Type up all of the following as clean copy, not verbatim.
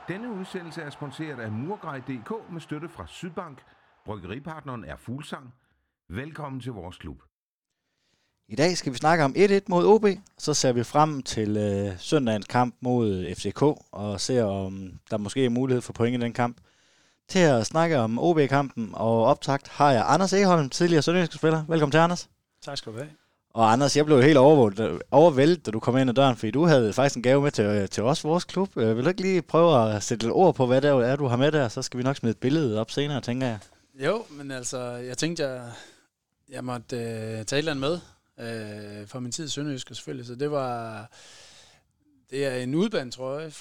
Denne udsendelse er sponsoreret af Murgrej.dk med støtte fra Sydbank. Bryggeripartneren er Fuglsang. Velkommen til vores klub. I dag skal vi snakke om 1-1 mod OB, så ser vi frem til søndagens kamp mod FCK og ser om der måske er mulighed for point i den kamp. Til at snakke om OB-kampen og optakt har jeg Anders Egholm, tidligere sønderjyske spiller. Velkommen til, Anders. Tak skal du have. Og Anders, jeg blev helt overvældet, da du kom ind ad døren, fordi du havde faktisk en gave med til os, vores klub. Vil du ikke lige prøve at sætte lidt ord på, hvad det er, du har med der? Så skal vi nok smide et billede op senere, tænker jeg. Jo, men altså, jeg tænkte, jeg måtte tage et eller andet med for min tid i Sønderjyske selvfølgelig. Så det er en udbanetrøje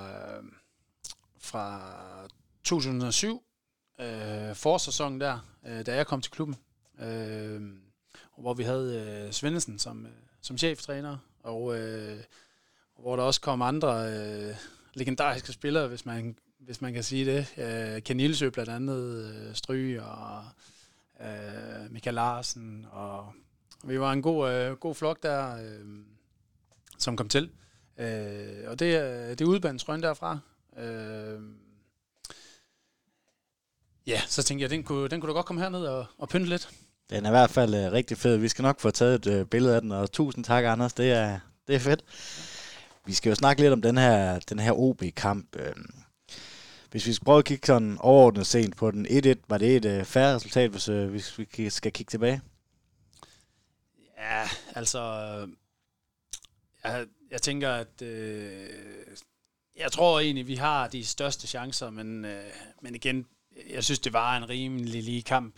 fra 2007, forårssæsonen der, da jeg kom til klubben. Hvor vi havde Svendsen som cheftræner, og hvor der også kom andre legendariske spillere, hvis man kan sige det. Ken Ilsø blandt andet, Stryge og Michael Larsen, og vi var en god flok der, som kom til. Og det er udbanetrøjen derfra. Ja, så tænkte jeg, den kunne da godt komme herned og pynte lidt. Den er i hvert fald rigtig fed. Vi skal nok få taget et billede af den, og tusind tak, Anders. Det er fedt. Vi skal jo snakke lidt om den her OB-kamp. Hvis vi skal prøve at kigge sådan overordnet sent på den 1-1, var det et fair resultat, hvis vi skal kigge tilbage? Ja, altså... Jeg tænker, at... jeg tror egentlig, vi har de største chancer, men igen, jeg synes, det var en rimelig lige kamp.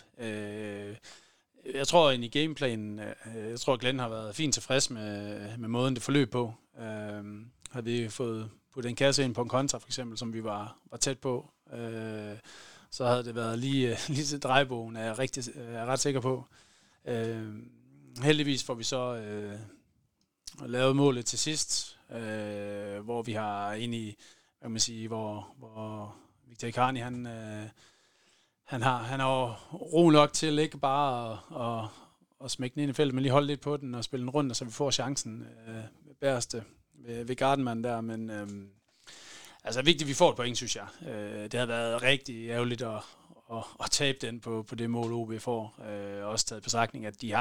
Jeg tror egentlig gameplanen, jeg tror Glenn har været fint tilfreds med måden det forløb på. Havde vi fået puttet en kasse ind på en kontra for eksempel, som vi var tæt på, så havde det været lige til drejebogen, er jeg ret sikker på. Heldigvis får vi så lavet målet til sidst, hvor vi har egentlig, hvad kan man sige, hvor Victor Icarni, han har ro nok til ikke bare at smække den ind i feltet, men lige holde lidt på den og spille den rundt, og så vi får chancen bæreste ved Gardenman der. Men altså vigtigt, at vi får et point, synes jeg. Det havde været rigtig ærgerligt at tabe den på det mål, OB får. Også taget betragtning, at de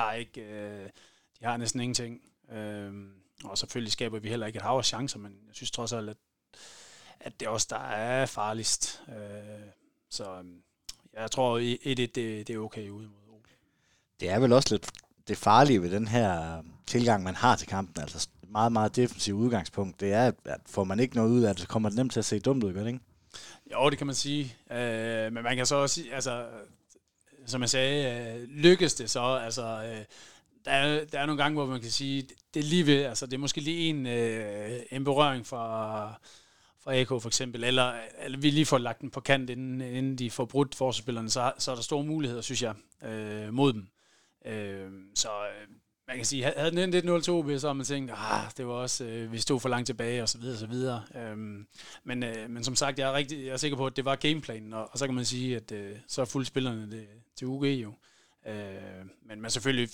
har næsten ingenting. Og selvfølgelig skaber vi heller ikke et hav af chancer, men jeg synes trods alt, at det er også der er farligst. Så jeg tror, 1-1 det er okay ude mod OB. Det er vel også lidt det farlige ved den her tilgang, man har til kampen. Altså meget, meget defensiv udgangspunkt. Det er, at får man ikke noget ud af det, så kommer det nemt til at se dumt ud, gør det ikke? Jo, det kan man sige. Men man kan så også sige, altså, som jeg sagde, lykkes det så, altså... Der er nogle gange, hvor man kan sige, det er lige ved, altså det er måske lige en berøring fra AK for eksempel, eller vi lige får lagt den på kant, inden de får brudt forsvarsspillerne, så er der store muligheder, synes jeg, mod dem. Så man kan sige, havde den endt 1-0 til OB, så har man tænkt, det var også, vi stod for langt tilbage, og så videre, og så videre. Men som sagt, jeg er sikker på, at det var gameplanen, og så kan man sige, at så er fuldt spillerne til UG jo. Men man selvfølgelig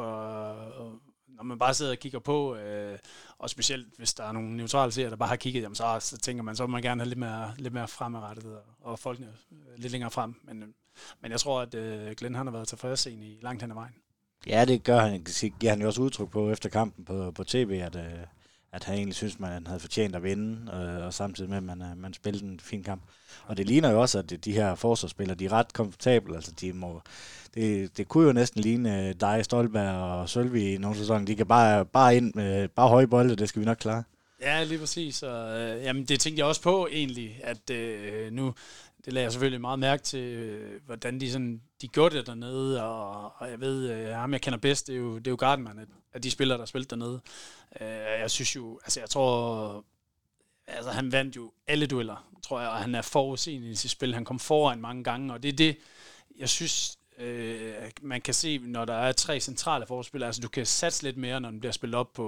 når man bare sidder og kigger på, og specielt hvis der er nogle neutrale seere, der bare har kigget, jamen så tænker man, så vil man gerne have lidt mere fremadrettet, og folkene lidt længere frem. Men jeg tror, at Glenn han har været tilfreds i langt hen ad vejen. Ja, det gør han. Giver han jo også udtryk på efter kampen på tv, at han egentlig synes, man havde fortjent at vinde, og samtidig med, at man spillede en fin kamp. Og det ligner jo også, at de her forsvarsspillere, de er ret komfortable. Altså, det kunne jo næsten ligne dig, Stolberg og Sølvi i nogle sæsoner. De kan bare ind med bare høje bolde, det skal vi nok klare. Ja, lige præcis. Og, jamen, det tænkte jeg også på egentlig, at nu, det lagde jeg selvfølgelig meget mærke til, hvordan de gjorde det dernede, og jeg ved, ham jeg kender bedst, det er jo Gardenman, at de spillere, der spillede dernede. Jeg synes jo, altså jeg tror, altså han vandt jo alle dueller, tror jeg, og han er forudsigende i sit spil. Han kom foran mange gange, og det er det, jeg synes, man kan se, når der er 3 centrale forspillere. Altså du kan satse lidt mere, når den bliver spillet op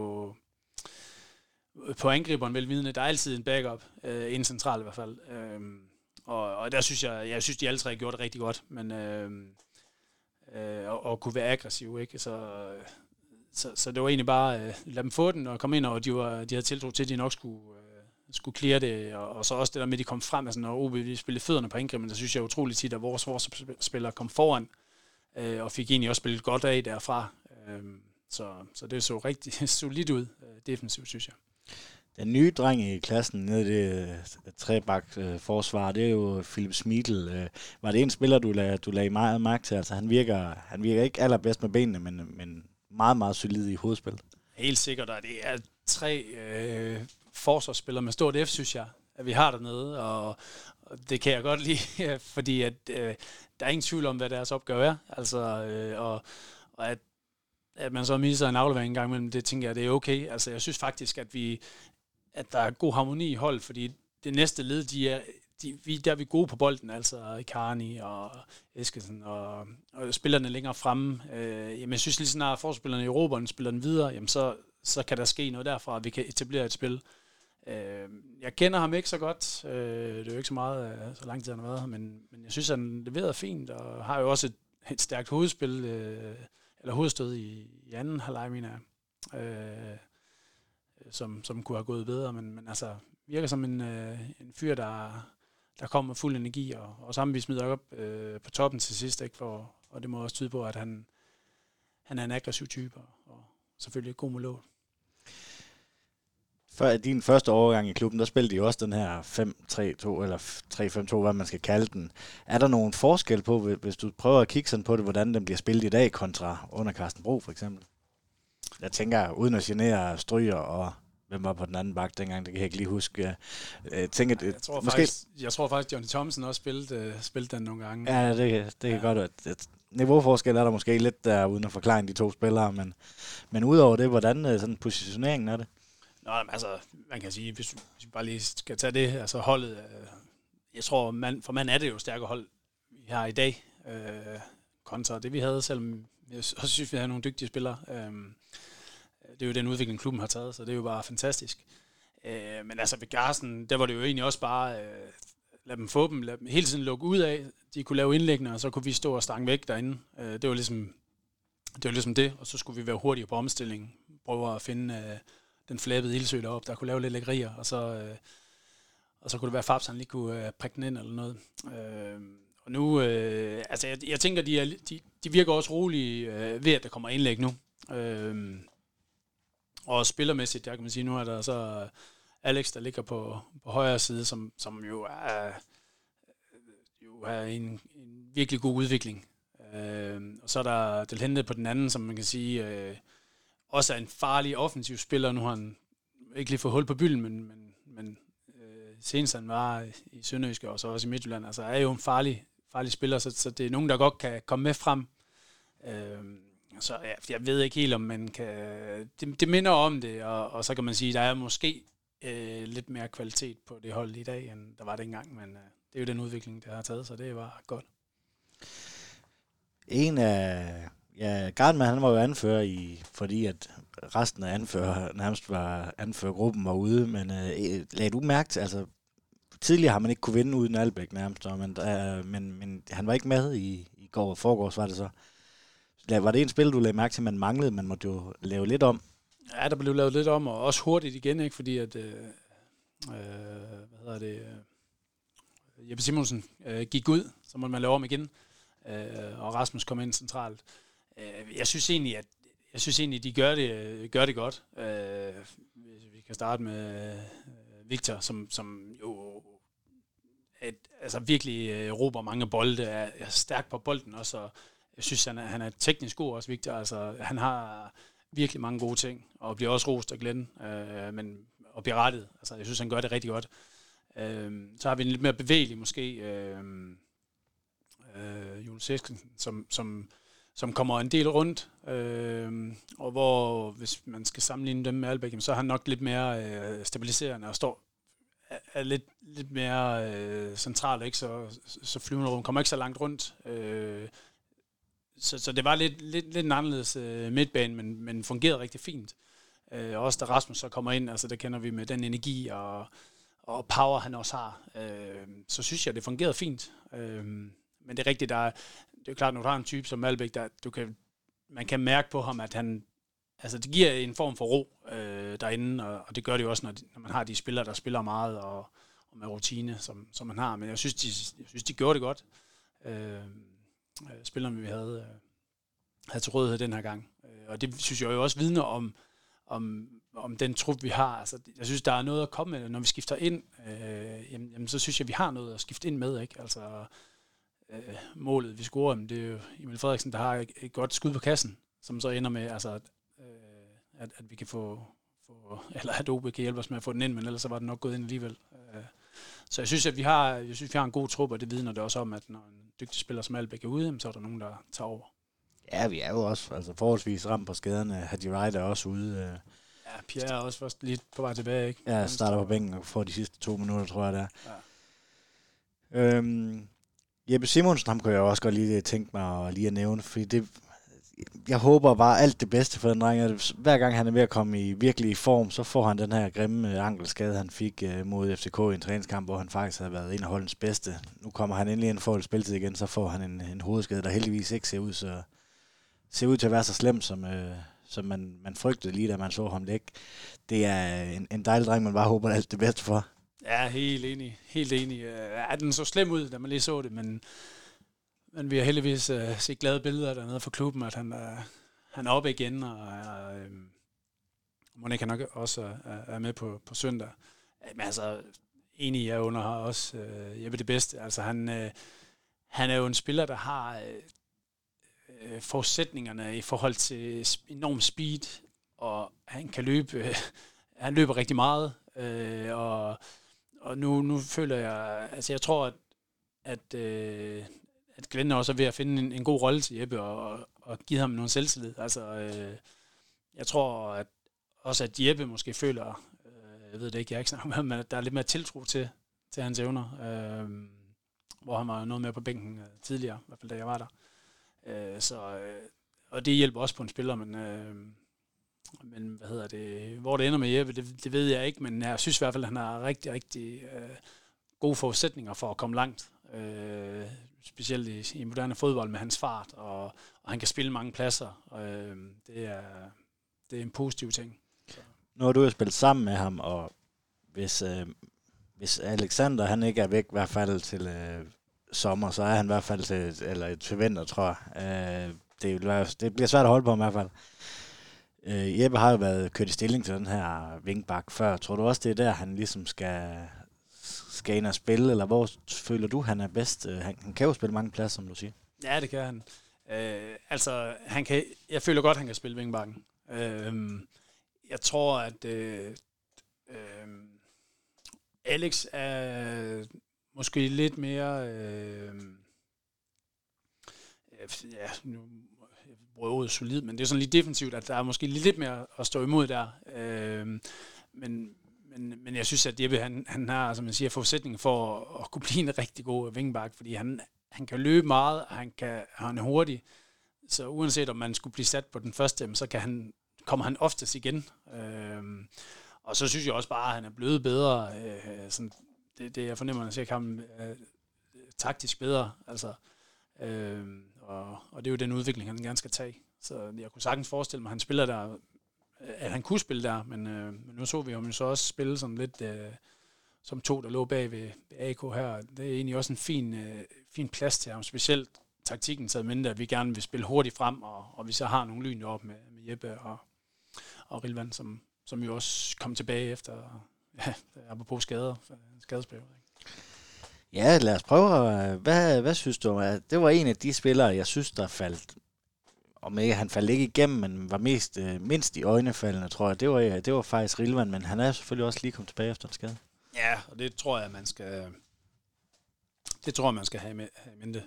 på angriberen, velvidende. Der er altid en backup, en central i hvert fald. Og der synes jeg synes, de alle 3 gjorde det rigtig godt, men og kunne være aggressive, ikke? Så det var egentlig bare lade dem få den og komme ind, og de havde tiltro til, at de nok skulle clear det, og så også det der med, at de kom frem, altså når OB spillede fødderne på angrebet, der synes jeg utroligt tit, at vores forsvarsspillere kom foran, og fik egentlig også spillet godt af derfra. Så det så rigtig solidt ud defensivt, synes jeg. Den nye dreng i klassen nede i det trebak forsvar, det er jo Philip Schmidl. Var det en spiller, du lagde meget mærke til? Altså, han virker ikke allerbedst med benene, men meget, meget solid i hovedspil. Helt sikkert, og det er 3 forsvarsspillere med stort F, synes jeg, at vi har dernede, og det kan jeg godt lide, fordi at, der er ingen tvivl om, hvad deres opgave er. Altså, og at man så misser en aflevering en gang imellem, det tænker jeg, det er okay. Altså, jeg synes faktisk, at der er god harmoni i hold, fordi det næste led, der er vi gode på bolden, altså Icarni og Eskesen og spillerne længere fremme. Jamen, jeg synes lige snart, at forspillerne i Europa spiller den videre, jamen så kan der ske noget derfra, at vi kan etablere et spil. Jeg kender ham ikke så godt. Det er jo ikke så meget, så lang tid han har været her, men jeg synes, han leverer fint, og har jo også et stærkt hovedspil, eller hovedstød i anden halvleg, mener jeg, som kunne have gået bedre, men altså virker som en fyr, der kommer med fuld energi, og sammen vi smider op på toppen til sidst, ikke? Og det må også tyde på, at han er en aggressiv type, og selvfølgelig god med låg. Før din første overgang i klubben, der spillede de også den her 5-3-2, eller 3-5-2, hvad man skal kalde den. Er der nogen forskel på, hvis du prøver at kigge sådan på det, hvordan den bliver spillet i dag kontra under Carsten Bro, for eksempel? Jeg tænker, uden at genere Stryger og hvem var på den anden bak dengang, det kan jeg ikke lige huske. Jeg tror faktisk, Johnny Thomsen også spillede den nogle gange. Ja, det kan godt være. Niveauforskel er der måske lidt der, uden at forklare de to spillere, men udover det, hvordan sådan positioneringen er det? Nå, altså, man kan sige, hvis vi bare lige skal tage det, altså holdet, jeg tror, for man er det jo stærkere hold, vi har i dag, kontra det, vi havde, selvom jeg også synes, vi havde nogle dygtige spillere. Det er jo den udvikling, klubben har taget, så det er jo bare fantastisk. Men altså ved Garsen, der var det jo egentlig også bare, lad dem få dem, lad dem hele tiden lukke ud af, de kunne lave indlæggene, og så kunne vi stå og stange væk derinde. Det var ligesom det, og så skulle vi være hurtigere på omstillingen, prøve at finde den flabbede ildsø deroppe, der kunne lave lidt lækkerier, og så kunne det være Fabs, han lige kunne prikke den ind eller noget. Og nu, altså jeg tænker, de virker også rolige ved, at der kommer indlæg nu. Og spillermæssigt, der kan man sige, nu er der så Alex, der ligger på højre side, som jo er en virkelig god udvikling. Og så er der Delhente på den anden, som man kan sige, også er en farlig offensiv spiller. Nu har han ikke lige fået hul på bylden, men senest han var i Sønderjyske og så også i Midtjylland, altså er jo en farlig spiller, så det er nogen, der godt kan komme med frem. Så ja, jeg ved ikke helt, om man kan... Det minder om det, og så kan man sige, at der er måske lidt mere kvalitet på det hold i dag, end der var dengang, men det er jo den udvikling, der har taget, så det var godt. En af... Ja, Gardman, han var jo anfører fordi at resten af nærmest var anførergruppen var ude, men lagde du mærke til, altså tidligere har man ikke kunne vinde uden Albæk nærmest, men han var ikke med i går og forgårs, var det så. Var det en spil, du lagde mærke til, man manglede, man måtte jo lave lidt om? Ja, der blev lavet lidt om, og også hurtigt igen, ikke, fordi at, Jeppe Simonsen gik ud, så måtte man lave om igen, og Rasmus kom ind centralt. Jeg synes egentlig, de gør det godt. Vi kan starte med Victor, som jo altså virkelig råber mange bolde, er stærk på bolden også, og jeg synes, han er teknisk god også, Victor. Altså, han har virkelig mange gode ting, og bliver også rost af Glenn, og bliver rettet. Altså, jeg synes, han gør det rigtig godt. Så har vi en lidt mere bevægelig, måske, Jonas Eskensen, som kommer en del rundt, og hvor, hvis man skal sammenligne dem med Albæk, så er han nok lidt mere stabiliserende, og er lidt mere centralt, ikke så flyvende rum, kommer ikke så langt rundt. Så det var lidt en anderledes midtbane, men fungerede rigtig fint. Også da Rasmus så kommer ind, altså der kender vi med den energi og power, han også har, så synes jeg, det fungerede fint. Men det er rigtigt, det er klart, når du har en type som Malbæk, man kan mærke på ham, at han altså det giver en form for ro derinde, og det gør det jo også, når man har de spillere, der spiller meget, og med rutine, som man har. Men jeg synes, de gjorde det godt. Spillerne, vi havde til rådighed den her gang. Og det synes jeg jo også vidner om den trup, vi har. Altså, jeg synes, der er noget at komme med, når vi skifter ind. Jamen, så synes jeg, vi har noget at skifte ind med. Ikke? Altså, målet, vi scorer, det er jo Emil Frederiksen, der har et godt skud på kassen, som så ender med, altså, at vi kan få eller at OB kan hjælpe os med at få den ind, men ellers så var den nok gået ind alligevel. Så jeg synes, at vi har en god trup, og det vidner det også om, at når en dygtig spiller som Albæk er ude, så er der nogen, der tager over. Ja, vi er jo også forholdsvis ramt på skaderne. Hadji Wright er også ude. Ja, Pierre er også først lige på vej tilbage, ikke? Ja, starter på bænken og får de sidste 2 minutter, tror jeg, der. Ja. Jeppe Simonsen, ham kunne jeg også godt lige tænke mig lige at nævne, fordi jeg håber bare alt det bedste for den dreng. Hver gang han er ved at komme i virkelig form, så får han den her grimme ankelskade, han fik mod FCK i en træningskamp, hvor han faktisk havde været en af holdens bedste. Nu kommer han endelig ind for at spilletid igen, så får han en hovedskade, der heldigvis ikke ser ud til at være så slem, som man frygtede lige, da man så ham ligge. Det er en dejlig dreng, man bare håber alt det bedste for. Ja, helt enig. Helt enig. Den så slem ud, da man lige så det, men vi har heldigvis set glade billeder dernede fra klubben, at han er oppe igen, og Monika nok også er med på søndag. Men altså, enig, jeg under har også Jeppe det bedste. Altså, han er jo en spiller, der har forudsætningerne i forhold til enorm speed, og han kan løbe. Han løber rigtig meget, og nu føler jeg, altså jeg tror, at Glenn også er ved at finde en god rolle til Jeppe og give ham noget selvtillid. Altså, jeg tror at Jeppe måske føler, jeg ved det ikke, jeg har ikke snakket med ham, men at der er lidt mere tiltro til hans evner, hvor han var noget mere på bænken tidligere, i hvert fald da jeg var der. Og det hjælper også på en spiller, men hvad hedder det, hvor det ender med Jeppe, det ved jeg ikke, men jeg synes i hvert fald, at han har rigtig, rigtig gode forudsætninger for at komme langt. Specielt i moderne fodbold med hans fart, og han kan spille mange pladser. Det er en positiv ting. Så. Nu har du jo spillet sammen med ham, og hvis Alexander han ikke er væk, i hvert fald til sommer, så er han i hvert fald til vinter, tror jeg. Det bliver svært at holde på ham i hvert fald. Jeppe har jo været kørt i stilling til den her vingbak før. Tror du også, det er der, han ligesom skal ind og spille, eller hvor føler du, han er bedst? Han kan jo spille mange pladser, som du siger. Ja, det kan han. Jeg føler godt, han kan spille vingbakken. Jeg tror, at Alex er måske lidt mere nu bruger ordet solid, men det er sådan lidt defensivt, at der er måske lidt mere at stå imod der. Men jeg synes, at Jeppe, han har, som man siger, forudsætningen for at kunne blive en rigtig god vingbak, fordi han kan løbe meget, og han er hurtig, så uanset om man skulle blive sat på den første, så kommer han oftest igen. Og så synes jeg også bare, at han er blevet bedre. Sådan, det jeg fornemmer, når jeg ser kampen, taktisk bedre. Altså, og det er jo den udvikling, han gerne skal tage. Så jeg kunne sagtens forestille mig, at han spiller der, at han kunne spille der, men nu så vi ham så også spille sådan lidt som 2, der lå bag ved AK her. Det er egentlig også en fin plads til ham, specielt taktikken taget mindre, at vi gerne vil spille hurtigt frem, og vi så har nogle lyn deroppe med Jeppe og Rilvan, som jo også kom tilbage efter, apropos skadesperiode. Ja, lad os prøve. Hvad synes du? Det var en af de spillere, jeg synes, der faldt, om ikke han faldt ikke igennem, men var mindst i øjnefaldene, tror jeg. Det var faktisk Rilvan, men han er selvfølgelig også lige kommet tilbage efter en skade. Ja, og det tror jeg, man skal have i mente.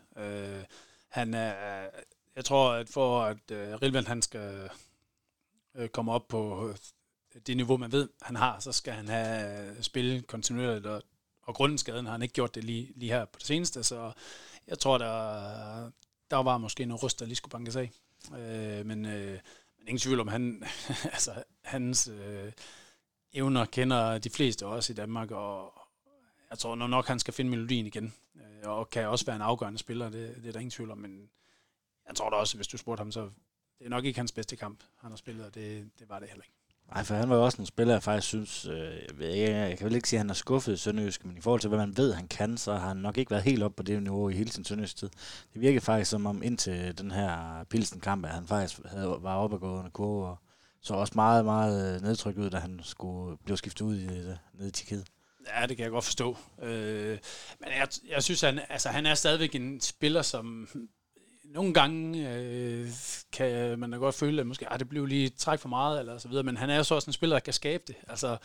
Jeg tror, at for at Rilvan han skal komme op på det niveau, man ved, han har, så skal han have spillet kontinuerligt, og grundskaden har han ikke gjort det lige her på det seneste, så jeg tror, der var måske noget rust, der lige skulle bankes af. Men ingen tvivl om, hans evner kender de fleste også i Danmark, og jeg tror nok, han skal finde melodien igen, og kan også være en afgørende spiller, det er der ingen tvivl om, men jeg tror da også, hvis du spurgte ham, så det er nok ikke hans bedste kamp, han har spillet, og det var det heller ikke. Nej, for han var jo også en spiller, jeg faktisk synes, jeg kan vel ikke sige, at han er skuffet i Sønderjysk, men i forhold til, hvad man ved, han kan, så har han nok ikke været helt op på det niveau i hele sin Sønderjysk tid. Det virkede faktisk som om indtil den her Pilsen-kamp, at han faktisk var opadgående kurve, og så også meget, meget nedtrykt ud, da han skulle blive skiftet ud nede i Tjekkiet. Ja, det kan jeg godt forstå. Men jeg synes, han er stadigvæk en spiller, som nogle gange kan man da godt føle, at måske det blev lige træk for meget, eller så videre, men han er jo så også en spiller, der kan skabe det. Altså,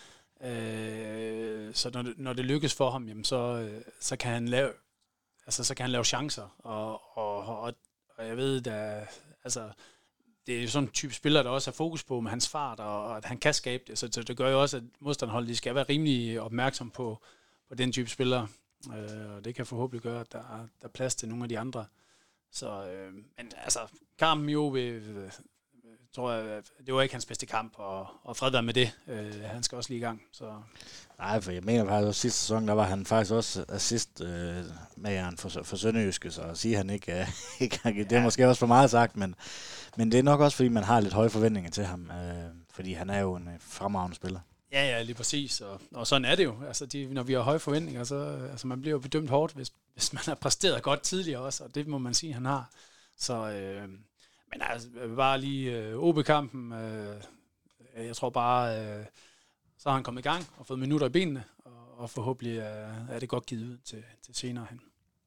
så når det lykkes for ham, jamen, så kan han lave, altså, så kan han lave chancer, og jeg ved, altså, det er jo sådan en type spiller, der også har fokus på med hans fart, og at han kan skabe det, så det gør jo også, at modstanderholdet, de skal være rimelig opmærksom på den type spillere, og det kan forhåbentlig gøre, at der er plads til nogle af de andre. Så, men altså, kampen i OB, tror jeg, det var ikke hans bedste kamp, og fred være med det. Han skal også lige i gang. Så. Nej, for jeg mener faktisk også sidste sæson, der var han faktisk også assist-mageren for Sønderjyske, så at sige, han ikke det er måske også for meget sagt, men det er nok også, fordi man har lidt høje forventninger til ham, fordi han er jo en fremragende spiller. Ja, lige præcis, og sådan er det jo. Altså, når vi har høje forventninger, så man bliver jo bedømt hårdt, hvis man har præsteret godt tidligere også, og det må man sige, han har. Så, men altså, bare lige OB-kampen, jeg tror bare, så har han kommet i gang og fået minutter i benene, og forhåbentlig er det godt givet ud til senere hen.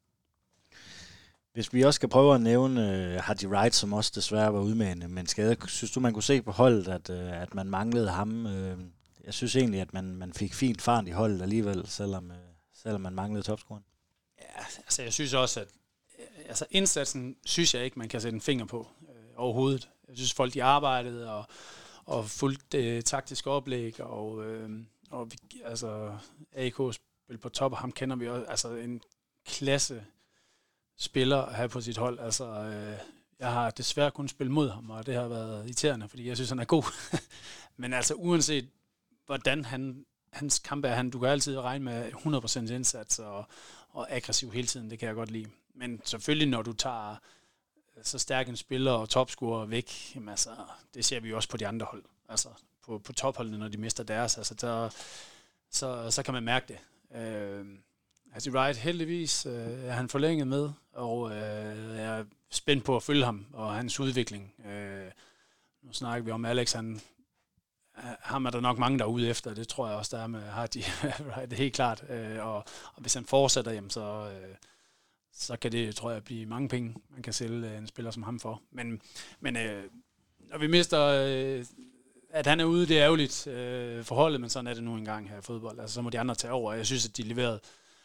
Hvis vi også skal prøve at nævne Haji Wright, som også desværre var ude med en skade, synes du, man kunne se på holdet, at man manglede ham? Jeg synes egentlig, at man fik fint fart i holdet alligevel, selvom man manglede topscoren. Ja, altså jeg synes også, at indsatsen synes jeg ikke, man kan sætte en finger på overhovedet. Jeg synes, folk de arbejdede og fulgte taktisk oplæg, og altså AK spil på top, og ham kender vi også, altså en klasse spiller at have på sit hold. Altså, jeg har desværre kun spillet mod ham, og det har været irriterende, fordi jeg synes, han er god. Men altså, uanset hvordan hans kamp er, du kan altid regne med 100% indsats og aggressiv hele tiden, det kan jeg godt lide. Men selvfølgelig, når du tager så stærk en spiller og topscorer væk, jamen altså, det ser vi jo også på de andre hold. Altså, på topholdene, når de mister deres, altså, så kan man mærke det. Haji Wright, heldigvis er han forlænget med, og jeg er spændt på at følge ham og hans udvikling. Nu snakker vi om Alex, ham er der nok mange, der er ude efter. Det tror jeg også, der er med Haji Wright, det er helt klart. Og hvis han fortsætter, jamen, så kan det, tror jeg, blive mange penge, man kan sælge en spiller som ham for. Men når vi mister, at han er ude, det er ærgerligt for holdet, men sådan er det nu engang her i fodbold. Altså, så må de andre tage over. Jeg synes, at de leverede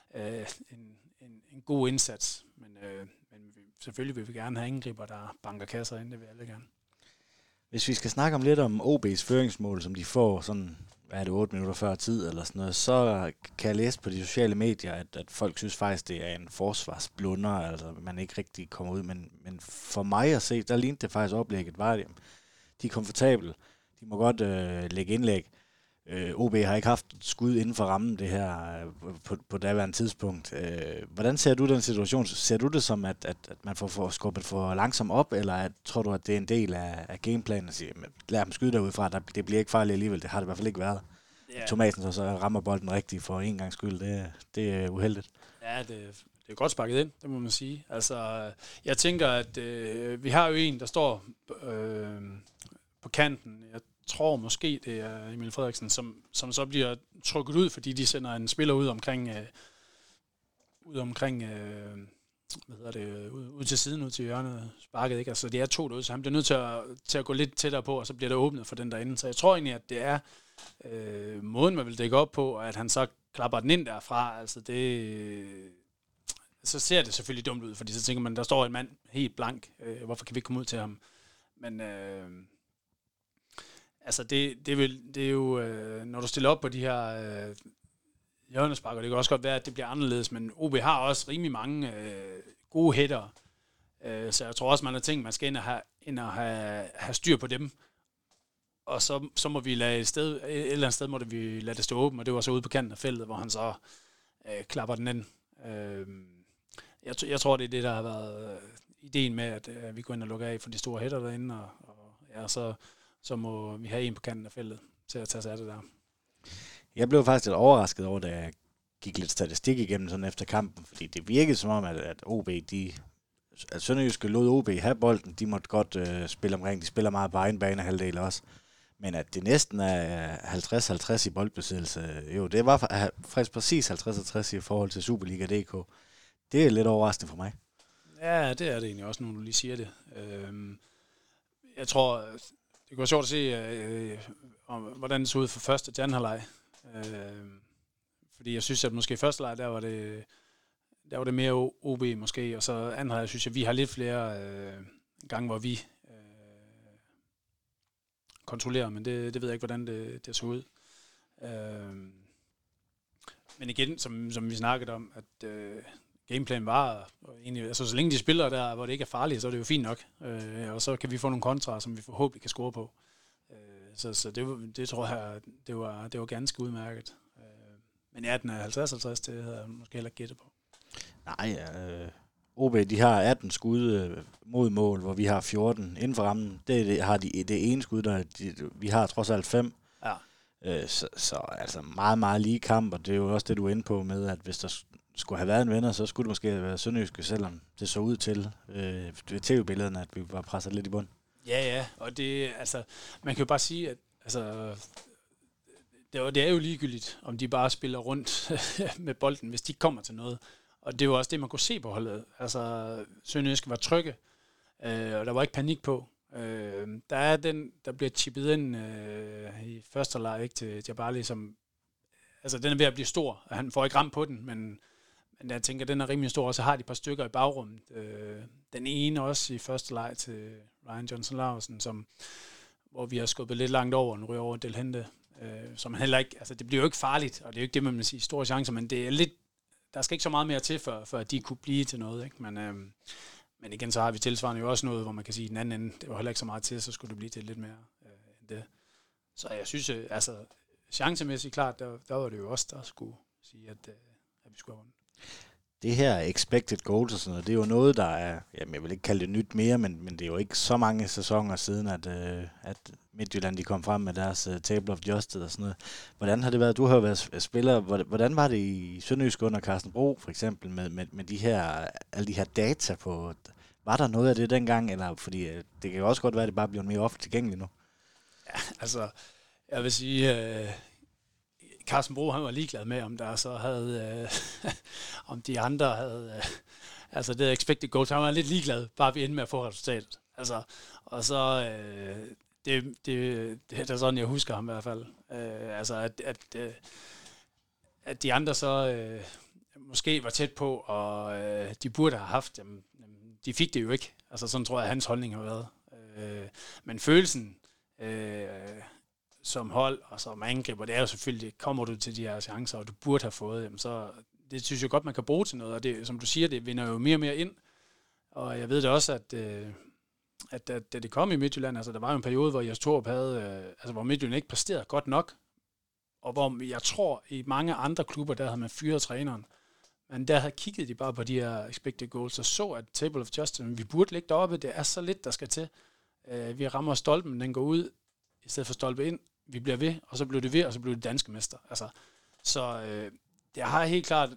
en god indsats, men selvfølgelig vil vi gerne have angriber, der banker kasser ind, det vil alle gerne. Hvis vi skal snakke om lidt om OB's føringsmål, som de får sådan, hvad er det, 8 minutter før tid eller sådan noget, så kan jeg læse på de sociale medier, at folk synes faktisk, det er en forsvarsblunder, altså man ikke rigtig kommer ud, men for mig at se, der lignede det faktisk oplægget, var det, de er komfortable, de må godt lægge indlæg. OB har ikke haft et skud inden for rammen det her på daværende tidspunkt. Hvordan ser du den situation? Ser du det som, at man får skubbet for langsomt op, eller tror du, at det er en del af gameplanen at sige, lad dem skyde derudfra, det bliver ikke farligt alligevel, det har det i hvert fald ikke været. Yeah. Tomaten så rammer bolden rigtigt for en gangs skyld, det er uheldigt. Ja, det er godt sparket ind, det må man sige. Altså, jeg tænker, at vi har jo en, der står på kanten. Jeg tror måske, det er Emil Frederiksen, som så bliver trykket ud, fordi de sender en spiller ud omkring ud til siden, ud til hjørnet, sparket, ikke? Altså, det er 2 derude, så han bliver nødt til at gå lidt tættere på, og så bliver der åbnet for den derinde. Så jeg tror egentlig, at det er måden, man vil dække op på, og at han så klapper den ind derfra. Altså, så ser det selvfølgelig dumt ud, fordi så tænker man, der står en mand helt blank. Hvorfor kan vi ikke komme ud til ham? Men altså, det er jo, når du stiller op på de her hjørnesparker, det kan også godt være, at det bliver anderledes, men OB har også rimelig mange gode hætter, så jeg tror også, man har tænkt, man skal ind og have styr på dem, og så må vi lade et eller andet sted, må vi lade det stå åbent, og det var så ude på kanten af feltet, hvor han så klapper den ind. Jeg tror, det er det, der har været ideen med, at vi går ind og lukker af for de store hætter derinde, og så må vi have en på kanten af feltet til at tage sig af det der. Jeg blev faktisk lidt overrasket over, da jeg gik lidt statistik igennem sådan efter kampen, fordi det virkede som om, at OB, at Sønderjyske lod OB have bolden, de måtte godt spille omkring, de spiller meget på egen banehalvdel også, men at det næsten er 50-50 i boldbesiddelse, jo, det var faktisk præcis 50-50 i forhold til Superliga.dk. Det er lidt overraskende for mig. Ja, det er det egentlig også, når du lige siger det. Jeg tror, det kunne være sjovt at se, hvordan det så ud for første til anden halvleg. Fordi jeg synes, at måske i første halvleg, der var det mere OB måske, og så anden halvleg synes jeg, vi har lidt flere gange, hvor vi kontrollerer, men det ved jeg ikke, hvordan det så ud. Men igen, som vi snakkede om, at gameplanen var egentlig, altså så længe de spiller der, hvor det ikke er farligt, så er det jo fint nok. Og så kan vi få nogle kontra, som vi forhåbentlig kan score på. Så det tror jeg, det var ganske udmærket. Men ja, den er 50-50, det havde jeg måske heller ikke gættet på. Nej, OB, de har 18 skud mod mål, hvor vi har 14 inden for rammen. Det har de det ene skud, vi har trods alt 5. Ja. Så altså meget, meget lige kamp, og det er jo også det, du er inde på med, at hvis der skulle have været en vinder, så skulle det måske have været Sønderjyske, selvom det så ud til ved tv-billederne, at vi var presset lidt i bund. Ja, og det, altså, man kan jo bare sige, at altså, det er jo ligegyldigt, om de bare spiller rundt med bolden, hvis de kommer til noget. Og det var også det, man kunne se på holdet. Altså, Sønderjyske var trygge, og der var ikke panik på. Der er den, der bliver chippet ind i første halvleg, ikke, til Jabali, som, altså den er ved at blive stor. Han får ikke ramt på den, men jeg tænker, den er rimelig stor, og så har de et par stykker i bagrummet. Den ene også i første halvleg til Ryan Johnson Larsen, hvor vi har skubbet lidt langt over, og ryger over Del Hente, som heller ikke, altså det bliver jo ikke farligt, og det er jo ikke det, man vil sige, store chancer, men det er lidt, der skal ikke så meget mere til, for at de kunne blive til noget, ikke? Men igen, så har vi tilsvarende jo også noget, hvor man kan sige, at den anden ende, det var heller ikke så meget til, så skulle det blive til lidt mere end det. Så jeg synes, altså chancemæssigt klart, der var det jo også, der skulle sige, at vi skulle have vundet. Det her expected goals og sådan noget, det er jo noget, der er, jamen jeg vil ikke kalde det nyt mere, men det er jo ikke så mange sæsoner siden, at Midtjylland de kom frem med deres Table of Justice og sådan noget. Hvordan har det været? Du har jo været spiller. Hvordan var det i Sønderjysk under Carsten Bro, for eksempel, med de her, alle de her data på? Var der noget af det dengang? Eller, fordi det kan jo også godt være, at det bare bliver mere offentligt tilgængeligt nu. Ja, altså, jeg vil sige, Carsten Bro, han var ligeglad med, om der så havde, om de andre havde, altså det expected goals, han var lidt ligeglad, bare vi endte med at få resultatet. Altså, og så, det er sådan, jeg husker ham i hvert fald. Altså, at de andre så måske var tæt på, og de burde have haft, jamen, de fik det jo ikke. Altså, sådan tror jeg, hans holdning har været. Men følelsen, som hold og som angriber, det er jo selvfølgelig, kommer du til de her chancer, og du burde have fået dem, så det synes jeg godt, man kan bruge til noget, og det, som du siger, det vinder jo mere og mere ind. Og jeg ved det også, at da det kom i Midtjylland, altså der var jo en periode, hvor Jes Torup havde, altså hvor Midtjylland ikke præsterede godt nok, og hvor jeg tror, i mange andre klubber, der havde man fyret træneren, men der havde kigget de bare på de her expected goals, og så at Table of Justice, vi burde ligge deroppe, det er så lidt, der skal til. Vi rammer stolpen, den går ud, i stedet for stolpe ind, vi bliver ved, og så blev det ved, og så blev det danske mester. Altså, så det har helt klart,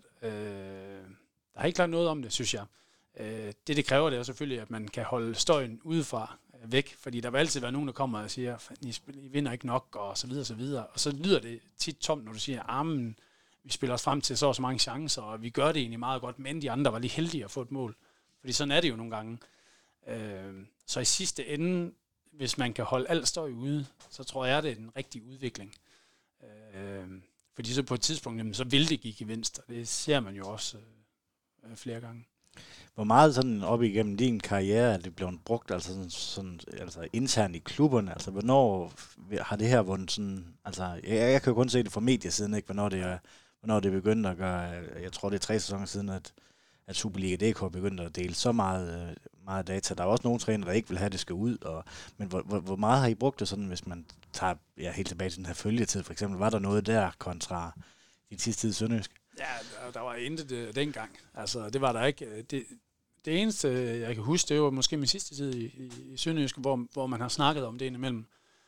noget om det, synes jeg. Det kræver, det er selvfølgelig, at man kan holde støjen udefra væk, fordi der vil altid være nogen, der kommer og siger, I vinder ikke nok, og så videre, og så videre. Og så lyder det tit tomt, når du siger, armen, vi spiller os frem til så mange chancer, og vi gør det egentlig meget godt, men de andre var lige heldige at få et mål. Fordi sådan er det jo nogle gange. Så i sidste ende, hvis man kan holde alt støj ude, så tror jeg, det er den rigtige udvikling. Fordi så på et tidspunkt, jamen, så vil det give gevinst, og det ser man jo også flere gange. Hvor meget sådan op igennem din karriere er det blevet brugt, altså internt i klubberne? Altså, hvornår har det her vundet sådan... Altså, jeg kan jo kun se det fra mediesiden, ikke? Hvornår det begyndte at gøre... Jeg tror, det er 3 sæsoner siden, at Superliga.dk begyndte at dele så meget data. Der er også nogle trænere, der ikke vil have, at det skal ud. Men hvor meget har I brugt det sådan, hvis man tager helt tilbage til den her følgetid, for eksempel? Var der noget der kontra i sidste tid Sønderjysk? Ja, der var intet dengang. Altså, det var der ikke. det eneste, jeg kan huske, det var måske min sidste tid i Sønderjysk, hvor man har snakket om det indimellem.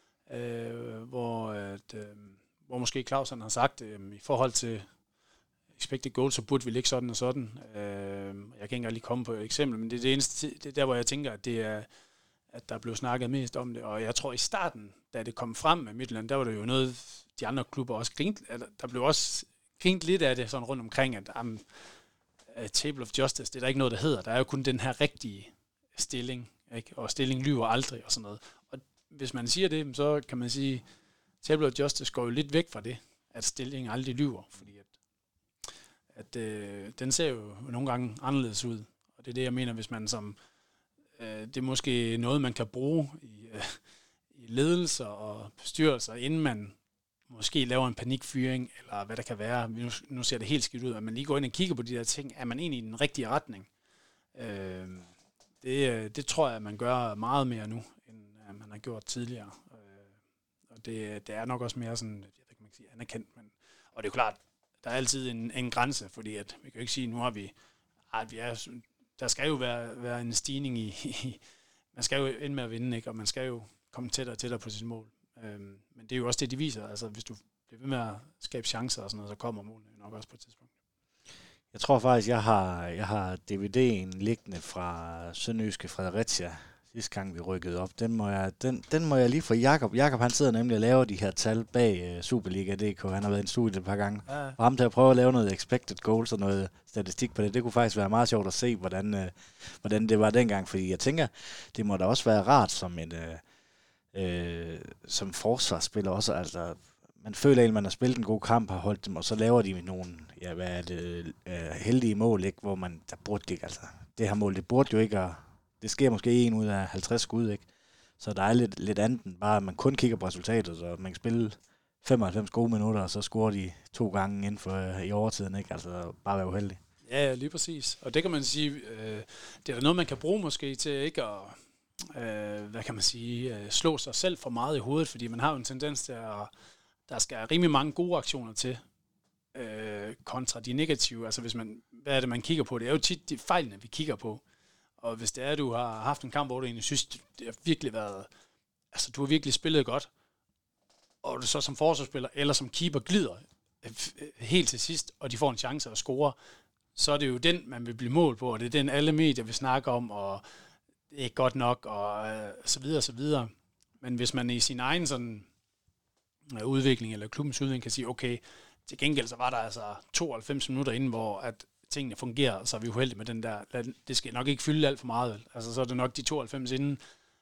Hvor måske Claus har sagt, i forhold til expected goals, så burde vi ligge sådan og sådan. Jeg kan ikke engang lige komme på et eksempel, men det er det eneste, det er der, hvor jeg tænker, at det er, at der blev snakket mest om det. Og jeg tror i starten, da det kom frem med Midtjylland, der var det jo noget, de andre klubber også grinte. Der blev også grint lidt af det sådan rundt omkring, at Table of Justice, det er der ikke noget, der hedder. Der er jo kun den her rigtige stilling, ikke? Og stilling lyver aldrig og sådan noget. Og hvis man siger det, så kan man sige, Table of Justice går jo lidt væk fra det, at stillingen aldrig lyver, fordi at den ser jo nogle gange anderledes ud. Og det er det, jeg mener, hvis man som... det er måske noget, man kan bruge i ledelser og bestyrelser, inden man måske laver en panikfyring, eller hvad der kan være. Nu ser det helt skidt ud, at man lige går ind og kigger på de der ting. Er man egentlig i den rigtige retning? Det tror jeg, at man gør meget mere nu, end man har gjort tidligere. Og det er nok også mere sådan, jeg kan ikke sige anerkendt, men, og det er klart, der er altid en grænse, fordi at, vi kan jo ikke sige, nu har der skal jo være en stigning i man skal jo ende med at vinde, ikke? Og man skal jo komme tættere og tættere på sit mål. Men det er jo også det, de viser. Altså, hvis du bliver ved med at skabe chancer og sådan noget, så kommer målene nok også på et tidspunkt. Jeg tror faktisk, jeg har DVD'en liggende fra Sønderjyske Fredericia, sidste gang vi rykkede op. Den må jeg lige få Jakob. Jakob, han sidder nemlig og laver de her tal bag Superliga.dk. Han har været i en studie et par gange. Ja. Og ham til at prøve at lave noget expected goals og noget statistik på det. Det kunne faktisk være meget sjovt at se, hvordan det var dengang. Fordi jeg tænker, det må da også være rart som forsvarsspiller også. Altså, man føler, at man har spillet en god kamp, har holdt dem, og så laver de nogle, heldige mål, ikke? Hvor der burde ikke, altså, det her mål, det burde jo ikke, og det sker måske 1 ud af 50 skud, ikke? Så der er lidt andet end bare, at man kun kigger på resultatet, så man kan spille 95 gode minutter, og så scorer de 2 gange inden for i overtiden, ikke? Altså, bare være uheldig. Ja, lige præcis. Og det kan man sige, det er da noget, man kan bruge måske til ikke at, hvad kan man sige, slå sig selv for meget i hovedet, fordi man har jo en tendens til at der skal rimelig mange gode aktioner til, kontra de negative. Altså, hvad er det, man kigger på? Det er jo tit de fejlene, vi kigger på. Og hvis det er, at du har haft en kamp, hvor du egentlig synes, det har virkelig været... Altså, du har virkelig spillet godt, og du så som forsvarsspiller eller som keeper glider helt til sidst, og de får en chance at score, så er det jo den, man vil blive målt på, og det er den, alle medier vil snakke om, og det er ikke godt nok, og så videre, så videre. Men hvis man i sin egen sådan udvikling, eller klubbens udvikling, kan sige, okay, til gengæld så var der altså 92 minutter inden, hvor at tingene fungerer, så er vi uheldige med den der. Det skal nok ikke fylde alt for meget, vel? Altså, så er det nok de 92 inden,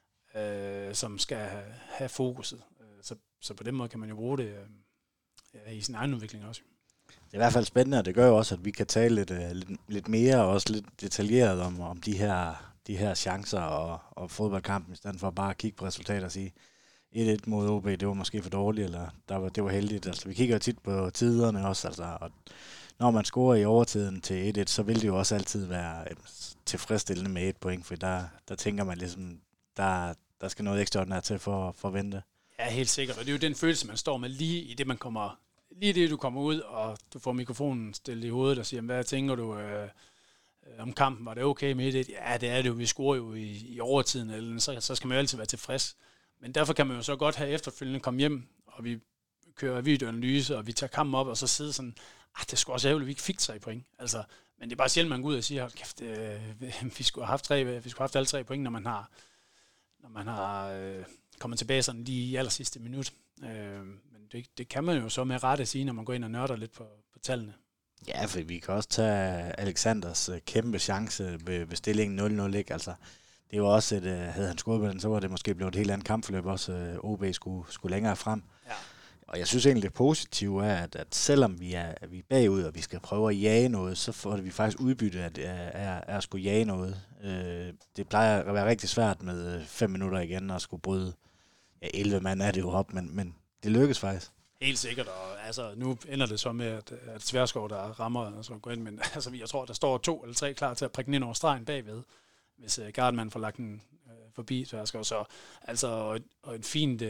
som skal have fokuset. Så på den måde kan man jo bruge det i sin egen udvikling også. Det er i hvert fald spændende, og det gør jo også, at vi kan tale lidt mere, og også lidt detaljeret om de her chancer og fodboldkampen, i stedet for bare at kigge på resultater og sige, 1-1 mod OB, det var måske for dårligt, eller det var heldigt. Altså, vi kigger jo tit på tiderne også, altså, og når man scorer i overtiden til 1-1, så vil det jo også altid være tilfredsstillende med 1 point, for der tænker man ligesom, der skal noget ekstraordinært til for at vente. Ja, helt sikkert, og det er jo den følelse, man står med lige i det, du kommer ud, og du får mikrofonen stillet i hovedet og siger, hvad tænker du om kampen, var det okay med 1-1? Ja, det er det jo, vi scorer jo i overtiden, eller så skal man jo altid være tilfreds. Men derfor kan man jo så godt have efterfølgende komme hjem, og vi kører videoanalyse, og vi tager kampen op, og så sidder sådan, det skulle også ærgerligt, vi ikke fik 3 point. Altså, men det er bare sjældent, man går ud og siger, hold kæft, vi skulle have haft alle 3 point, når man har kommet tilbage sådan lige i allersidste minut. Men det kan man jo så med rette sige, når man går ind og nørder lidt på tallene. Ja, for vi kan også tage Alexanders kæmpe chance ved stillingen 0-0, ikke? Altså, det var også havde han scoret på den, så var det måske blevet et helt andet kampforløb, også OB skulle længere frem. Ja. Og jeg synes egentlig, det positive er, at selvom vi er bagud, og vi skal prøve at jage noget, så får vi faktisk udbytte af at skulle jage noget. Det plejer at være rigtig svært med 5 minutter igen, og skulle bryde 11 mand er det jo op, men det lykkes faktisk. Helt sikkert, og altså, nu ender det så med, at Tverskov, der rammer, og så går ind, men altså, jeg tror, der står 2 eller 3 klar til at prikke den ind over stregen bagved, hvis Gardman får lagt den forbi Tverskov. Så altså, og et fint...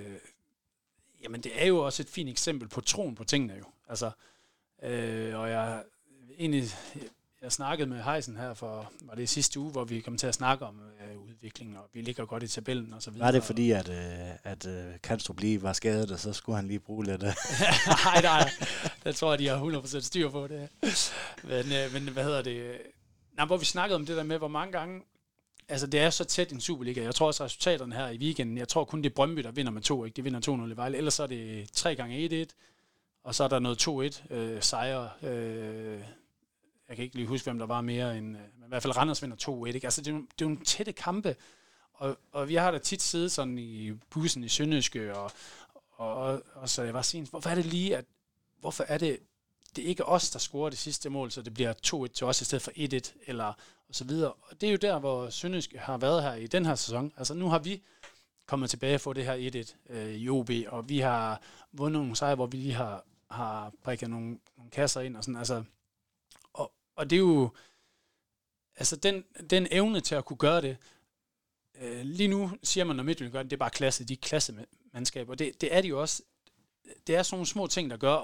jamen, det er jo også et fint eksempel på troen på tingene jo. Altså, og jeg Jeg snakkede med Heisen her var det sidste uge, hvor vi kom til at snakke om udviklingen, og vi ligger godt i tabellen og så videre. Var det fordi, at Kanstrup lige var skadet, og så skulle han lige bruge lidt? Nej, det tror jeg, de har 100% styr på det. Men hvad hedder det? Hvor vi snakkede om det der med, hvor mange gange, altså det er så tæt i en Superliga. Jeg tror også resultaterne her i weekenden, jeg tror kun det er Brøndby, der vinder med 2, ikke? De vinder 2-0 i Vejle, ellers så er det 3 gange 1-1, og så er der noget 2-1 sejre. Jeg kan ikke lige huske, hvem der var mere end... Men i hvert fald Randers vinder 2-1. Ikke? Altså, det er jo en tætte kampe. Og vi har da tit siddet sådan i bussen i Sønderjyske, og så jeg var sige, hvorfor er det lige, at... Hvorfor er det er ikke os, der scorer det sidste mål, så det bliver 2-1 til os i stedet for 1-1, eller og så videre. Og det er jo der, hvor Sønderjyske har været her i den her sæson. Altså, nu har vi kommet tilbage og få det her 1-1 i OB, og vi har vundet nogle sejre, hvor vi lige har prikket nogle kasser ind, og sådan, altså... Og det er jo, altså den evne til at kunne gøre det, lige nu siger man, når Midtjylland gør det, det er bare klasse, de er klassemandskaber. Det er de jo også. Det er sådan nogle små ting, der gør,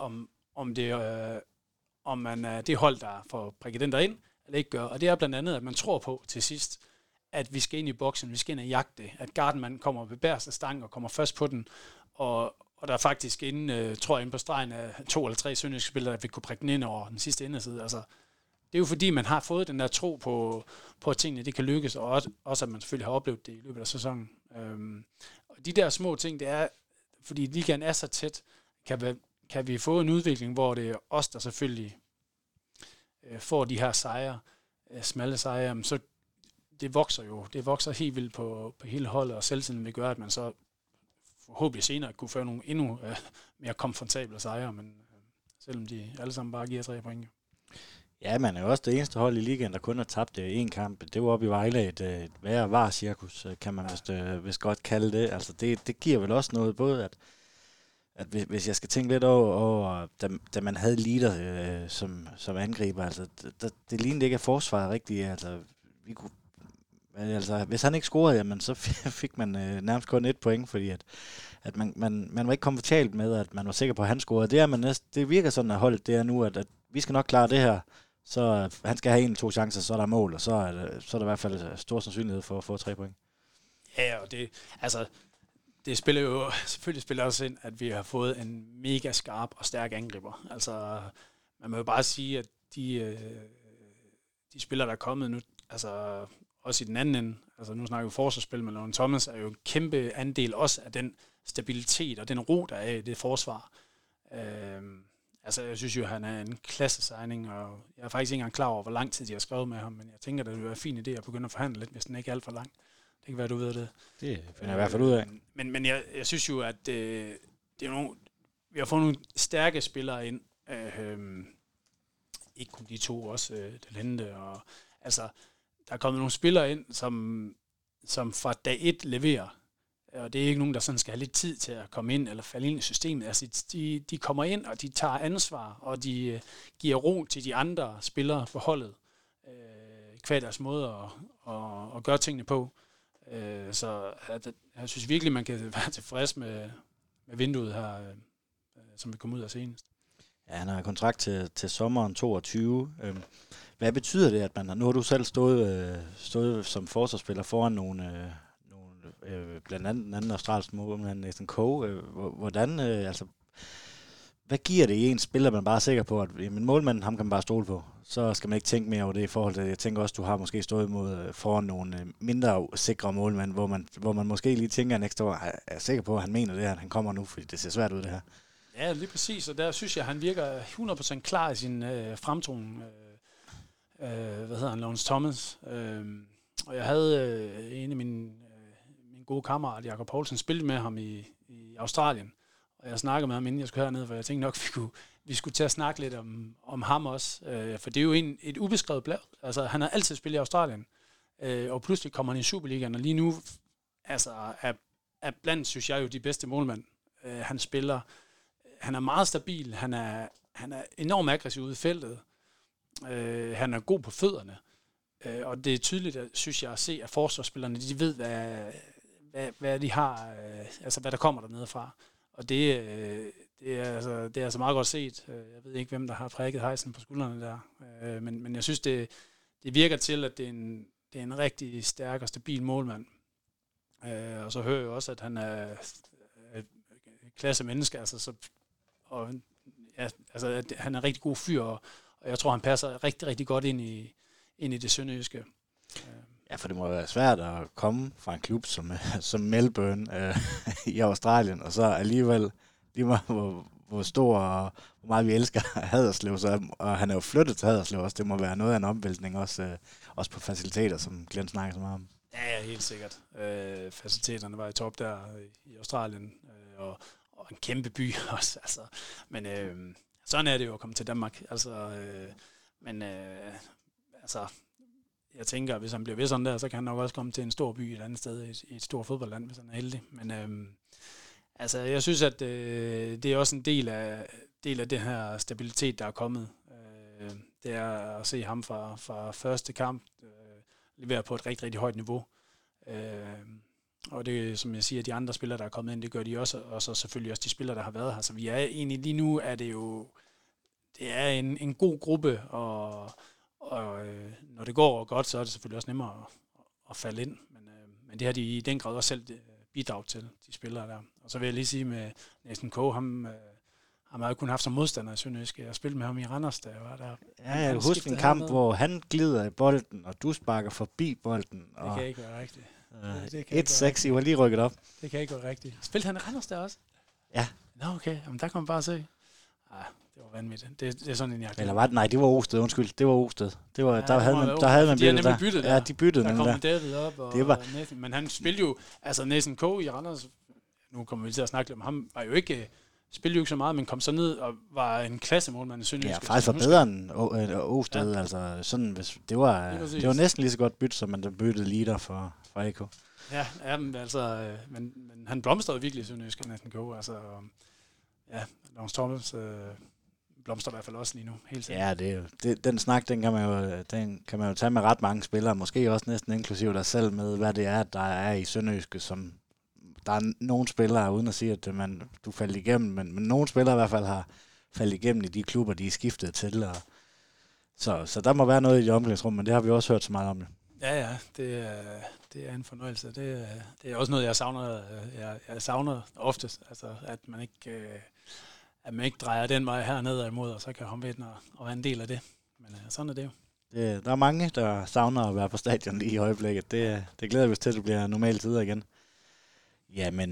om man er det hold, der får prikket den der ind, eller ikke gør. Og det er blandt andet, at man tror på til sidst, at vi skal ind i boksen, vi skal ind og jagte det, at Gardenman kommer ved bærste stang og kommer først på den, og der er faktisk tror jeg, inde på stregen af 2 eller 3 sønderjyske spillere, der vil kunne prikke den ind over den sidste inderside. Altså, det er jo fordi, man har fået den der tro på at tingene det kan lykkes, og også at man selvfølgelig har oplevet det i løbet af sæsonen. Og de der små ting, det er, fordi ligaen er så tæt, kan vi få en udvikling, hvor det er os, der selvfølgelig får de her sejre, smalle sejre, så det vokser helt vildt på hele holdet, og selvtiden vil gøre, at man så forhåbentlig senere kunne få nogle endnu mere komfortable sejre, men selvom de alle sammen bare giver 3 point. Ja, man er jo også det eneste hold i ligaen, der kun har tabt én kamp. Det var oppe i Vejle et værre var-cirkus, kan man vist godt kalde det. Altså det giver vel også noget, både at hvis jeg skal tænke lidt over da man havde Lider som angriber, altså det lignede ikke, at forsvaret rigtigt, altså vi kunne... Altså, hvis han ikke scorede, jamen, så fik man nærmest kun 1 point, fordi at man var ikke komfortabel med, at man var sikker på, at han scorede. Det virker sådan, at holdet det er nu, at vi skal nok klare det her. Så han skal have 1 eller 2 chancer, så er der mål, og så er der i hvert fald stor sandsynlighed for at få 3 point. Ja, og det spiller jo selvfølgelig spiller også ind, at vi har fået en mega skarp og stærk angriber. Altså, man må jo bare sige, at de spillere, der er kommet nu, altså også i den anden ende, altså nu snakker vi forsvarsspil med Loren Thomas, er jo en kæmpe andel også af den stabilitet og den ro, der er i det forsvar. Altså, jeg synes jo, at han er en klasse-signing, og jeg er faktisk ikke engang klar over, hvor lang tid de har skrevet med ham, men jeg tænker, det ville være en fin idé at begynde at forhandle lidt, hvis den ikke er alt for lang. Det kan være, du ved det. Det finder jeg i hvert fald ud af. Men jeg synes jo, at det er nogle, vi har fået nogle stærke spillere ind. Ikke kun de 2, også Delente. Og, altså, der er kommet nogle spillere ind, som fra dag 1 leverer. Og det er ikke nogen, der sådan skal have lidt tid til at komme ind eller falde ind i systemet. Altså, de kommer ind, og de tager ansvar, og de giver ro til de andre spillere på holdet. Kvad deres måde at gøre tingene på. Så jeg synes virkelig, man kan være tilfreds med vinduet her, som vi kom ud af senest. Ja, han har kontrakt til sommeren 22. Hvad betyder det, at nu har du selv stået som forsvarsspiller foran nogle blandt andet den anden australske målmand, Nathan Coe. Hvordan, altså, hvad giver det i en spiller, man bare er sikker på, at jamen, målmanden, ham kan man bare stole på? Så skal man ikke tænke mere over det i forhold til, jeg tænker også, du har måske stået foran nogle mindre sikre målmænd, hvor man måske lige tænker en ekstra år, er sikker på, at han mener det, at han kommer nu, fordi det ser svært ud det her. Ja, lige præcis, og der synes jeg, at han virker 100% klar i sin fremtoning. Hvad hedder han? Lawrence Thomas. Og jeg havde en af min gode kammerat, Jakob Poulsen, spillet med ham i Australien. Og jeg snakkede med ham, inden jeg skulle herned, for jeg tænkte nok, vi skulle til at snakke lidt om ham også. For det er jo et ubeskrevet blad. Altså, han har altid spillet i Australien. Og pludselig kommer han i Superligaen, og lige nu altså, er blandt, synes jeg jo, de bedste målmænd. Han spiller. Han er meget stabil. Han er enormt aggressiv ude i feltet. Han er god på fødderne. Og det er tydeligt, synes jeg, at se, at forsvarsspillerne, de ved, hvad de har, altså hvad der kommer dernede fra. Og det det er altså meget godt set. Jeg ved ikke, hvem der har prikket hejsen på skuldrene der. Men jeg synes, det virker til, at det er en rigtig stærk og stabil målmand. Og så hører jeg også, at han er et klasse menneske. Altså, at han er en rigtig god fyr, og jeg tror, han passer rigtig, rigtig godt ind i det sønderjyske. Ja, for det må være svært at komme fra en klub som Melbourne i Australien, og så alligevel, lige meget hvor stor og hvor meget vi elsker Haderslev, og han er jo flyttet til Haderslev også. Det må være noget af en omvæltning, også på faciliteter, som Glenn snakker så meget om. Ja, helt sikkert. Faciliteterne var i top der i Australien, og en kæmpe by også. Altså. Men sådan er det jo at komme til Danmark. Jeg tænker, at hvis han bliver ved sådan der, så kan han nok også komme til en stor by et andet sted, i et stort fodboldland, hvis han er heldig. Men jeg synes, at det er også en del af det her stabilitet, der er kommet. Det er at se ham fra første kamp levere på et rigtig, rigtig højt niveau. Og det, som jeg siger, de andre spillere, der er kommet ind, det gør de også, og så selvfølgelig også de spillere, der har været her. Så vi er egentlig lige nu, er det jo en god gruppe, og når det går godt, så er det selvfølgelig også nemmere at falde ind. Men det har de i den grad også selv bidraget til, de spillere der. Og så vil jeg lige sige med Nathan Coe, ham har jo kun haft som modstander i Sønderjyske. Jeg spillede med ham i Randers, da jeg var der. Ja, jeg husker en kamp, hvor han glider i bolden, og du sparker forbi bolden. Det kan ikke være rigtigt. 1-6, I var lige rykket op. Det kan ikke være rigtigt. Spillede han i Randers der også? Ja. Nå, okay. Jamen, der kan man bare se. Det var vanvittigt. Det er sådan en jagt. Eller var det? Nej, det var Osted. Undskyld, det var Osted. Det var, der havde man byttet der. Ja, de byttede der. Der kom David op, og Nathan. Men han spillede jo, altså Nathan Coe i Randers, nu kommer vi til at snakke lidt om ham, var jo ikke, spillede jo ikke så meget, men kom så ned og var en klassemålmand i Sønderjyske. Ja, faktisk var bedre end Osted. Ja. Altså, sådan, det var næsten lige så godt bytte, som man der byttede Lider for AK. Ja, men altså, men han blomstrede virkelig i Sønderjyske, Nathan Coe. Altså, ja, Lars Thomas blomstrer i hvert fald også lige nu. Helt sikkert. Ja, den snak, den kan man jo tage med ret mange spillere, måske også næsten inklusive dig selv med, hvad det er, der er i Sønderjyske, som der er nogle spillere, uden at sige, at du faldt igennem, men nogle spillere i hvert fald har faldet igennem i de klubber, de er skiftet til. Og så der må være noget i de omklædningsrum, men det har vi også hørt så meget om det. Ja, det er en fornøjelse. Det er også noget, jeg savner. Jeg savner oftest, altså, at man ikke drejer den vej hernede imod, og så kan komme ind og være en del af det. Men sådan er det jo. Der er mange, der savner at være på stadion lige i øjeblikket. Det glæder vi os til, at det bliver normale tider igen. Ja, men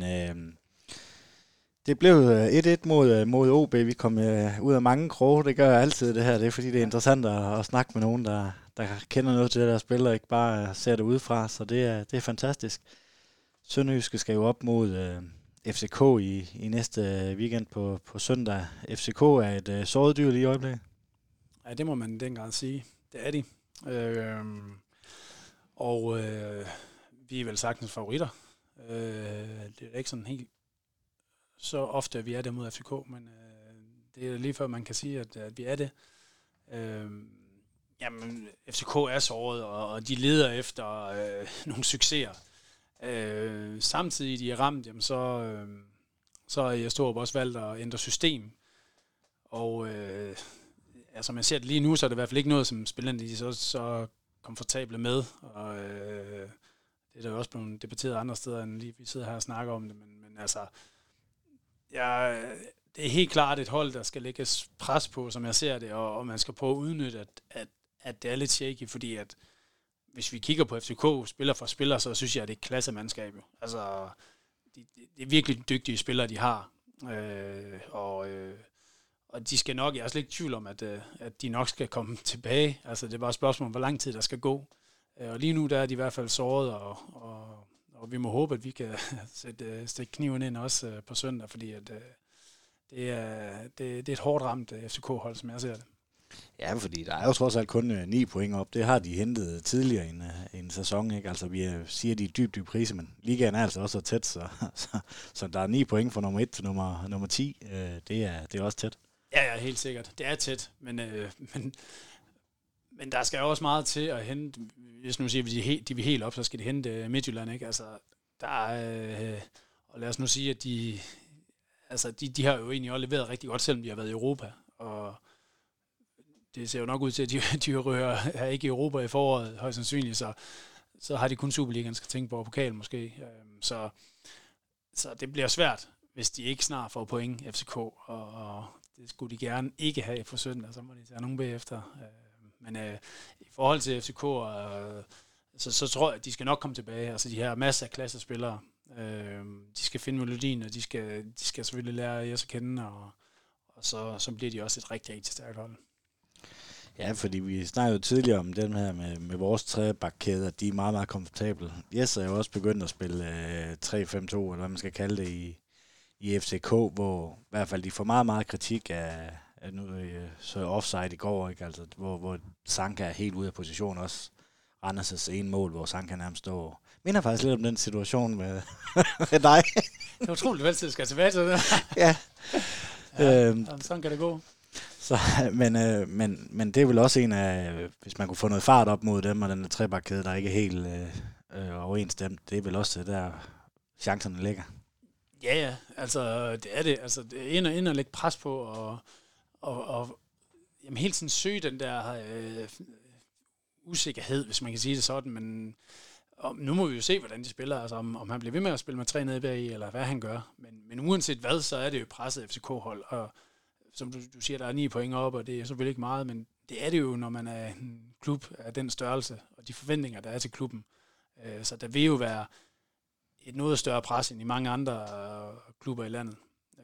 det blev 1-1 mod OB. Vi kom ud af mange kroge. Det gør jeg altid det her. Det er fordi, det er interessant at snakke med nogen, der kender noget til det der spil, og ikke bare ser det udefra. Så det er fantastisk. Sønderjyske skal jo op mod FCK i næste weekend på søndag. FCK er et såret dyr lige i øjeblikket. Ja, det må man dengang sige. Det er de. Vi er vel sagtens favoritter. Det er ikke sådan helt så ofte, at vi er der mod FCK, men det er lige før, man kan sige, at vi er det. Jamen, FCK er såret, og de leder efter nogle succeser. Samtidig de er ramt, jamen, så er Jesdorp også valgt at ændre system. Og som jeg ser det lige nu, så er det i hvert fald ikke noget, som spillerne de så komfortable med. Og det er der jo også blevet debatteret andre steder, end lige vi sidder her og snakker om det. Men altså, det er helt klart et hold, der skal lægges pres på, som jeg ser det, og man skal prøve at udnytte, at det er lidt shaky, fordi at hvis vi kigger på FCK spiller for spiller, så synes jeg, at det er et klassemandskab. Altså, det er virkelig dygtige spillere, de har. Og de skal nok, jeg er slet ikke i tvivl om, at de nok skal komme tilbage. Altså, det er bare et spørgsmål om, hvor lang tid der skal gå. Og lige nu, der er de i hvert fald såret, og vi må håbe, at vi kan stikke kniven ind også på søndag, fordi at, det er et hårdt ramt FCK-hold, som jeg ser det. Ja, fordi der er jo trods alt kun 9 point op. Det har de hentet tidligere i en sæson, ikke? Altså, vi siger, de er dybt prise, men ligaen er altså også tæt, så der er 9 point fra nummer 1 til nummer 10. Det er også tæt. Ja, helt sikkert. Det er tæt, men der skal jo også meget til at hente. Hvis nu siger vi, de vil helt op, så skal de hente Midtjylland, ikke? Altså, der er, og lad os nu sige, at altså de har jo egentlig også leveret rigtig godt, selvom de har været i Europa, og det ser jo nok ud til, at de rører her ikke i Europa i foråret, højst sandsynligt, så har de kun Superligaen skal tænke på, og pokal måske. Så det bliver svært, hvis de ikke snart får point, FCK, og det skulle de gerne ikke have for søndag, så må de tage nogen bagefter. Men i forhold til FCK, så tror jeg, at de skal nok komme tilbage. Altså de her masser af klassespillere, de skal finde melodien, og de skal selvfølgelig lære jer at kende, og så bliver de også et rigtig, rigtig stærkt hold. Ja, fordi vi snakkede jo tidligere om den her med vores trebakkæde, at de er meget, meget komfortable. Jes er jo også begyndt at spille 3-5-2, eller hvad man skal kalde det, i FCK, hvor i hvert fald de får meget, meget kritik af nu så offside i går, ikke? Altså, hvor Sanka er helt ude af position også. Randers' ene mål, hvor Sanka nærmest står. Minder faktisk lidt om den situation med dig. Det er utroligt, vel, til skal tilbage til det. Ja. Sådan kan det gå. Så, men det er vel også en af, hvis man kunne få noget fart op mod dem, og den trebakkæde, der ikke er helt overensstemt, det er vel også der chancerne ligger. Ja, altså det er det. Altså det er ind og lægge pres på, og jamen, hele tiden søge den der usikkerhed, hvis man kan sige det sådan, men nu må vi jo se, hvordan de spiller, altså om han bliver ved med at spille med 3 nede bag, eller hvad han gør. Men uanset hvad, så er det jo presset FCK-hold, og som du siger, der er 9 point op, og det er selvfølgelig ikke meget, men det er det jo, når man er en klub af den størrelse, og de forventninger, der er til klubben. Så der vil jo være et noget større pres end i mange andre klubber i landet.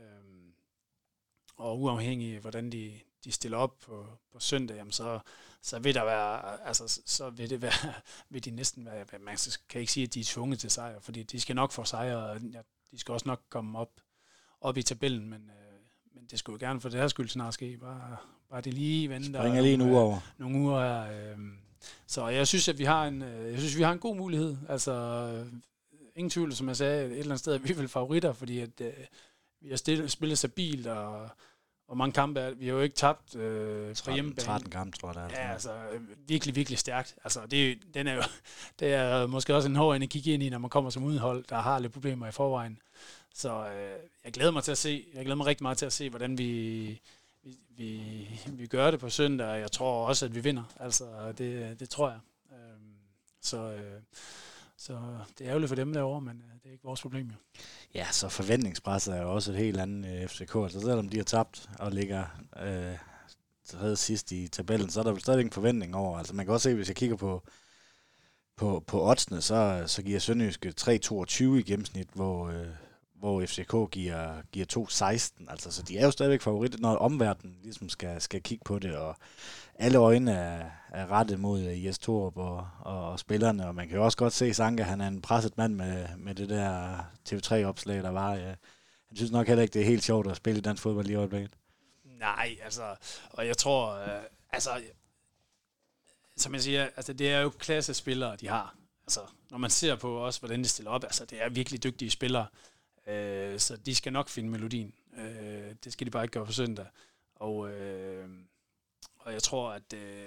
Og uafhængig af, hvordan de stiller op på søndag, jamen så vil der være, altså så vil det være, vil de næsten være, man kan ikke sige, at de er tvunget til sejr, fordi de skal nok få sejr, og de skal også nok komme op i tabellen, men det skulle jo gerne for det her skyld snart ske, bare det lige venter. Springer lige en uge over. Nogle uger her. Så jeg synes, at vi har en god mulighed, altså ingen tvivl, som jeg sagde, et eller andet sted er vi vel favoritter, fordi at vi har spillet stabilt, og mange kampe, vi har jo ikke tabt på hjemmebane. 13 kampe, tror jeg, Ja, altså virkelig, virkelig stærkt. Altså det er måske også en hård end at kigge ind i, når man kommer som udenhold, der har lidt problemer i forvejen. Så jeg glæder mig rigtig meget til at se, hvordan vi gør det på søndag, og jeg tror også, at vi vinder. Altså det tror jeg. Så det er ærgerligt for dem derovre, men det er ikke vores problem, jo. Ja, så forventningspresset er jo også et helt andet FCK. Altså selvom de har tabt og ligger tredje sidst i tabellen, så er der vel stadig en forventning over. Altså man kan også se, hvis jeg kigger på oddsene, så giver Sønderjyske 3,22 i gennemsnit, hvor FCK giver 2,16. Altså, så de er jo stadigvæk favoritter, når omverdenen ligesom skal kigge på det, og alle øjne er rettet mod Jes Torup og spillerne, og man kan jo også godt se, Sanka, han er en presset mand med det der TV3-opslag, der var. Ja. Han synes nok heller ikke, det er helt sjovt at spille i dansk fodbold lige i øjeblikket. Nej, altså, og jeg tror, som jeg siger, altså det er jo klassespillere, de har. Altså, når man ser på også, hvordan de stiller op, altså det er virkelig dygtige spillere, så de skal nok finde melodien. Det skal de bare ikke gøre på søndag. Og jeg tror,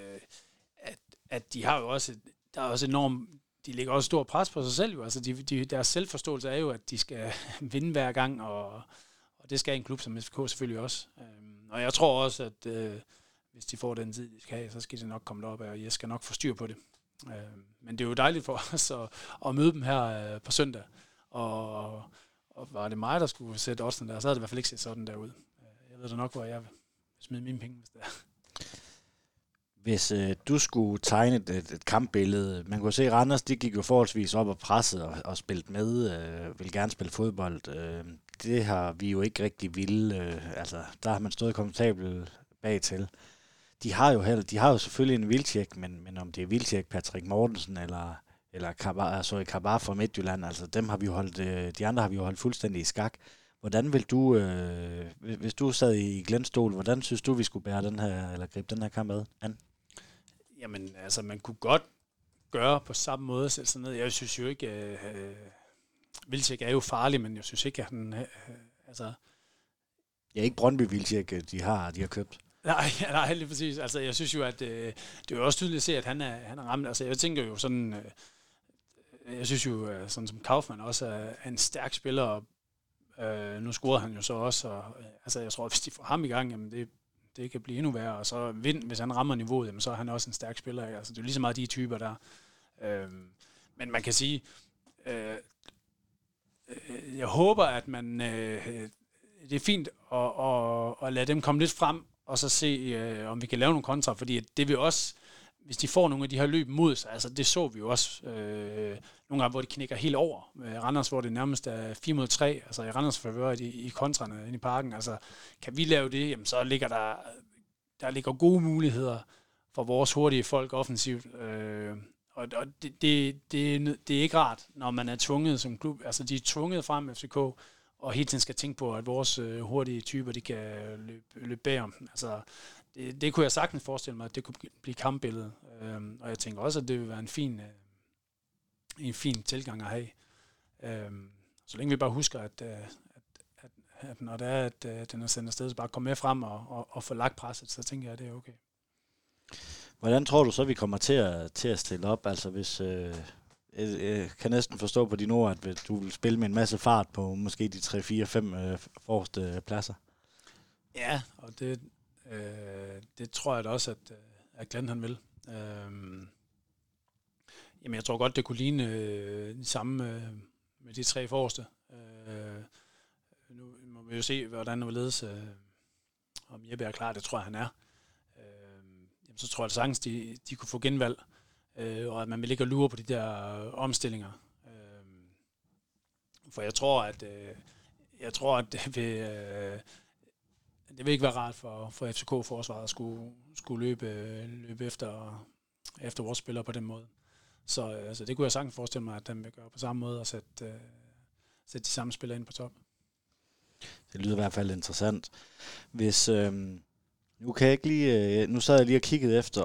at de har jo også, der er også enormt, de lægger også stor pres på sig selv jo. Altså deres selvforståelse er jo, at de skal vinde hver gang, og det skal en klub som FCK selvfølgelig også. Og jeg tror også, at hvis de får den tid, de skal have, så skal de nok komme derop, og jeg skal nok få styr på det. Men det er jo dejligt for os at møde dem her på søndag. Og var det mig, der skulle sætte oddsene der, så havde det i hvert fald ikke set sådan derud. Jeg ved da nok, hvor jeg vil smide mine penge, hvis det er. Hvis du skulle tegne et kampbillede, man kunne se, Randers, de gik jo forholdsvis op og pressede og spillede med, ville gerne spille fodbold. Det har vi jo ikke rigtig ville. Altså, der har man stået komfortabelt bagtil. De har jo selvfølgelig en Wilczek, men om det er Wilczek, Patrick Mortensen eller Kabar fra Midtjylland, altså dem har vi jo holdt, de andre har vi jo holdt fuldstændig i skak. Hvordan vil du, hvis du sad i Glens stol, hvordan synes du, vi skulle bære den her, eller gribe den her kamp an? Jamen, altså, man kunne godt gøre på samme måde, sætte sig ned. Jeg synes jo ikke, Wilczek er jo farlig, men jeg synes ikke, at han, altså... Ja, ikke Brøndby Wilczek, de har købt. Nej, lige præcis. Altså, jeg synes jo, at det er jo også tydeligt at se, at han er ramt. Altså, jeg tænker jo sådan, jeg synes jo, sådan som Kaufmann også er en stærk spiller, Nu scorede han jo så også, og altså jeg tror, at hvis de får ham i gang, jamen det kan blive endnu værre, og så hvis han rammer niveauet, jamen så er han også en stærk spiller. Ikke? Altså det er lige så meget de typer der. Men man kan sige, jeg håber, at man det er fint at lade dem komme lidt frem, og så se, om vi kan lave nogle kontra, fordi det vil også, hvis de får nogle af de her løb mod sig, altså det så vi jo også nogle gange, hvor de knækker helt over. Randers, hvor det nærmest er 4-3, altså i Randers favør i kontrerne inde i parken. Altså kan vi lave det, jamen så ligger der ligger gode muligheder for vores hurtige folk offensivt. Og det er ikke rart, når man er tvunget som klub. Altså de er tvunget frem FCK, og hele tiden skal tænke på, at vores hurtige typer, de kan løbe bagom. Altså, det kunne jeg sagtens forestille mig, at det kunne blive kampbilledet. Og jeg tænker også, at det vil være en fin tilgang at have. Så længe vi bare husker, at når det er, at den er sendt afsted, så bare komme med frem og få lagt presset, så tænker jeg, at det er okay. Hvordan tror du så, vi kommer til at stille op? Altså hvis... Jeg kan næsten forstå på dine ord, at du vil spille med en masse fart på måske de 3, 4, 5 forreste pladser. Ja, og det tror jeg da også, at Glenn han vil. Jamen jeg tror godt, det kunne ligne det samme med de 3 forreste. Nu må vi jo se, hvordan det vil ledes. Om Jeppe er klar, det tror jeg, han er. Jamen, så tror jeg da sagtens, de kunne få genvalg. Og at man vil ikke lure på de der omstillinger. For jeg tror, at det vil ikke være rart for FCK-forsvaret at skulle løbe efter vores spillere på den måde. Så altså, det kunne jeg sagtens forestille mig, at den vil gøre på samme måde og sætte de samme spillere ind på top. Det lyder i hvert fald interessant. Hvis nu kan jeg ikke lige, nu sad jeg lige og kiggede efter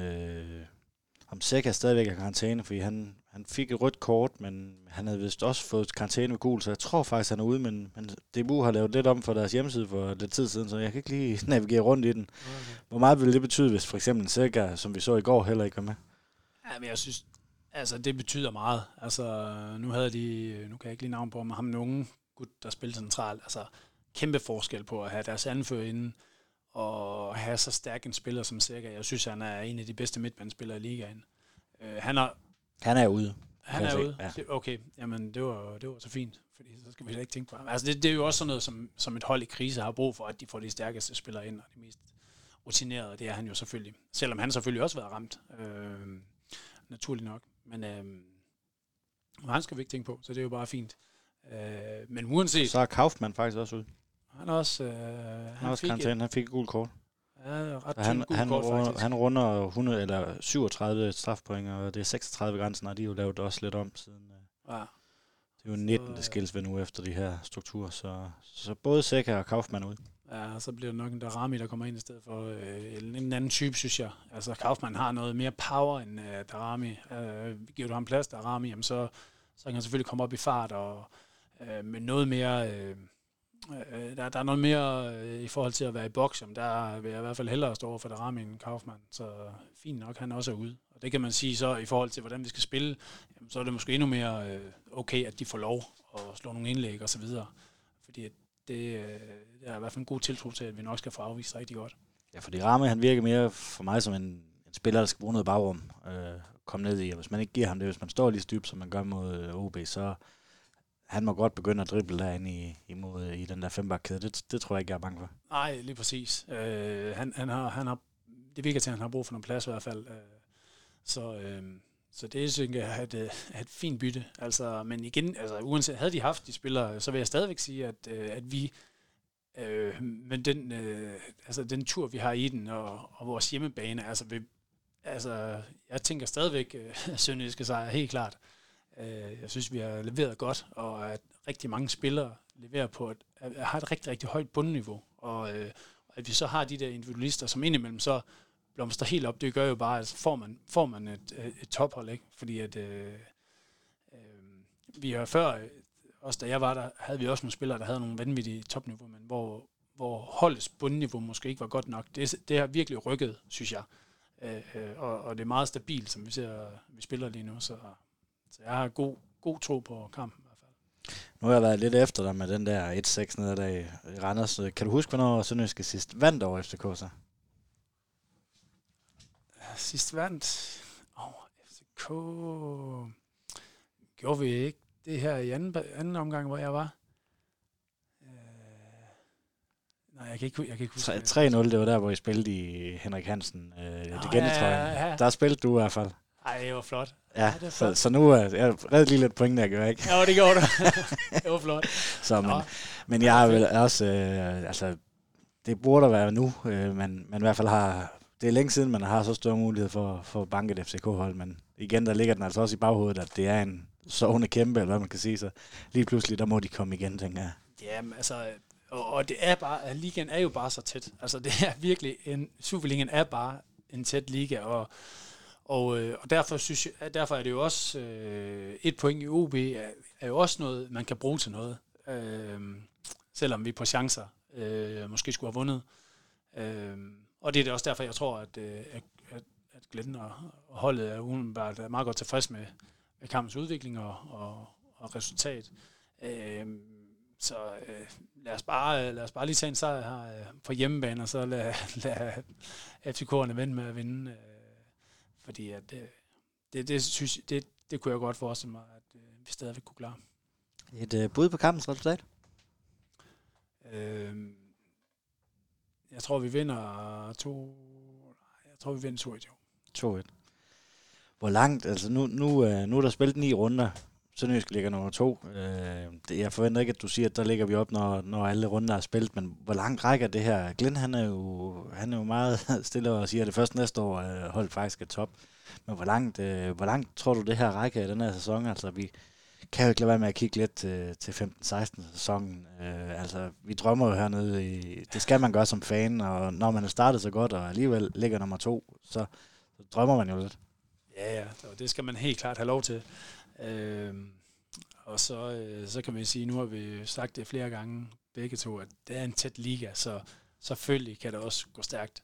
om Seca stadigvæk er karantæne, fordi han fik et rødt kort, men han havde vist også fået karantæne med gul, så jeg tror faktisk, han er ude, men DBU har lavet lidt om for deres hjemmeside for lidt tid siden, så jeg kan ikke lige navigere rundt i den. Okay. Hvor meget ville det betyde, hvis for eksempel Seca, som vi så i går, heller ikke var med? Ja, men jeg synes, altså det betyder meget. Altså nu kan jeg ikke lige navn på, men ham nogen gut, der spiller centralt, altså kæmpe forskel på at have deres anfører inden, og have så stærk en spiller som Seca. Jeg synes, han er en af de bedste midtbanespillere i ligaen. Han er ude. Han er ude? Ja. Okay, jamen det var så fint, fordi så skal vi da ikke tænke på ham. Altså det er jo også sådan noget, som et hold i krise har brug for, at de får de stærkeste spillere ind, og de mest rutinerede, det er han jo selvfølgelig. Selvom han selvfølgelig også har været ramt, naturligt nok. Men han skal vi ikke tænke på, så det er jo bare fint. Men uanset... Så er Kaufmann faktisk også ude. Han er også... Han fik et gult kort. Ja, ret tydeligt gult kort, faktisk. Han runder 100 eller 37 strafpoint, og det er 36 grænsen, og de har jo lavet også lidt om siden. Ja. Det er jo 19, det skilles ved nu efter de her strukturer, så både Seca og Kaufmann ud. Ja, så bliver det nok en Darami, der kommer ind i stedet for en anden type, synes jeg. Altså Kaufmann har noget mere power end Darami. Giver du ham plads, Darami, jamen så kan han selvfølgelig komme op i fart, og med noget mere... Der er noget mere i forhold til at være i boks, der vil jeg i hvert fald hellere stå over for Darami end Kaufmann, så fint nok, han også er ude. Og det kan man sige så i forhold til, hvordan vi skal spille, jamen, så er det måske endnu mere okay, at de får lov at slå nogle indlæg og så videre. Fordi det er i hvert fald en god tiltro til, at vi nok skal få afvist rigtig godt. Ja, fordi Darami, han virker mere for mig som en spiller, der skal bruge noget bagrum, komme ned i, og hvis man ikke giver ham det, hvis man står lige dybt, som man gør mod OB, så han må godt begynde at drible derinde i den der fembakkæde. Det tror jeg ikke, jeg er bange for. Nej, lige præcis. Han har, det virker til, at han har brug for nogle plads i hvert fald. Så det synes jeg er et fint bytte. Altså, men igen, altså, uanset havde de haft de spillere, så vil jeg stadigvæk sige, at vi men den tur, vi har i den, og vores hjemmebane, jeg tænker stadigvæk, Sønderjyske sejr, helt klart. Jeg synes, vi har leveret godt, og at rigtig mange spillere leverer på at har et rigtig, rigtig højt bundniveau. Og at vi så har de der individualister, som indimellem så blomster helt op, det gør jo bare, at får man et tophold, ikke? Fordi at vi har før, også da jeg var der, havde vi også nogle spillere, der havde nogle vanvittige topniveau, men hvor holdets bundniveau måske ikke var godt nok. Det har virkelig rykket, synes jeg. Og det er meget stabilt, som vi spiller lige nu, så jeg har god tro på kampen i hvert fald. Nu har jeg været lidt efter dig med den der 1-6 nederlag i Randers. Kan du huske, hvornår Sønderjyske sidst vandt over FCK så? Sidst vandt over FCK... Gjorde vi ikke det her i anden omgang, hvor jeg var? Nej, jeg kan ikke huske. 3-0, det var der, hvor I spillede i Henrik Hansen, legendetrøjen. Ja. Der spillede du i hvert fald. Ej, det var flot. Ja, så nu er jeg reddet lige lidt point, der gør ikke. Ja, det gjorde du. Det var flot. Så, men jeg har vel også, altså, det burde være nu, man i hvert fald har, det er længe siden, man har så stor mulighed for at banke et FCK-hold, men igen, der ligger den altså også i baghovedet, at det er en sovende kæmpe, eller hvad man kan sige, så lige pludselig, der må de komme igen, tænker jeg. Jamen, altså, og det er bare, ligaen er jo bare så tæt. Altså, det er virkelig, Superligaen er bare en tæt liga, og derfor er det jo også, et point i OB er jo også noget, man kan bruge til noget, selvom vi på chancer måske skulle have vundet. Og det er det også derfor, jeg tror, at Glenn og holdet er umiddelbart meget godt tilfreds med kampens udvikling og resultat. Så lad os bare lige tage en sejr her på hjemmebane, og så lad FCK'erne vende med at vinde. Fordi at det kunne jeg godt forestille mig, at vi stadigvæk kunne klare. Et bud på kampens resultat? Jeg tror, vi vinder 2-1. 2-1. Hvor langt, altså nu er der spillet 9 runder. Sønderjysk ligger nummer 2. Jeg forventer ikke, at du siger, at der ligger vi op, når alle runder er spillet, men hvor langt rækker det her? Glenn, han er jo meget stille og siger, at det først næste år holdet faktisk er top. Men hvor langt tror du, det her rækker i den her sæson? Altså, vi kan jo ikke lade være med at kigge lidt til 15-16 sæsonen. Altså, vi drømmer jo hernede det skal man gøre som fan, og når man er startet så godt, og alligevel ligger nummer 2, så drømmer man jo lidt. Ja, og det skal man helt klart have lov til. Og så kan man sige, nu har vi sagt det flere gange, begge to, at det er en tæt liga, så selvfølgelig kan det også gå stærkt.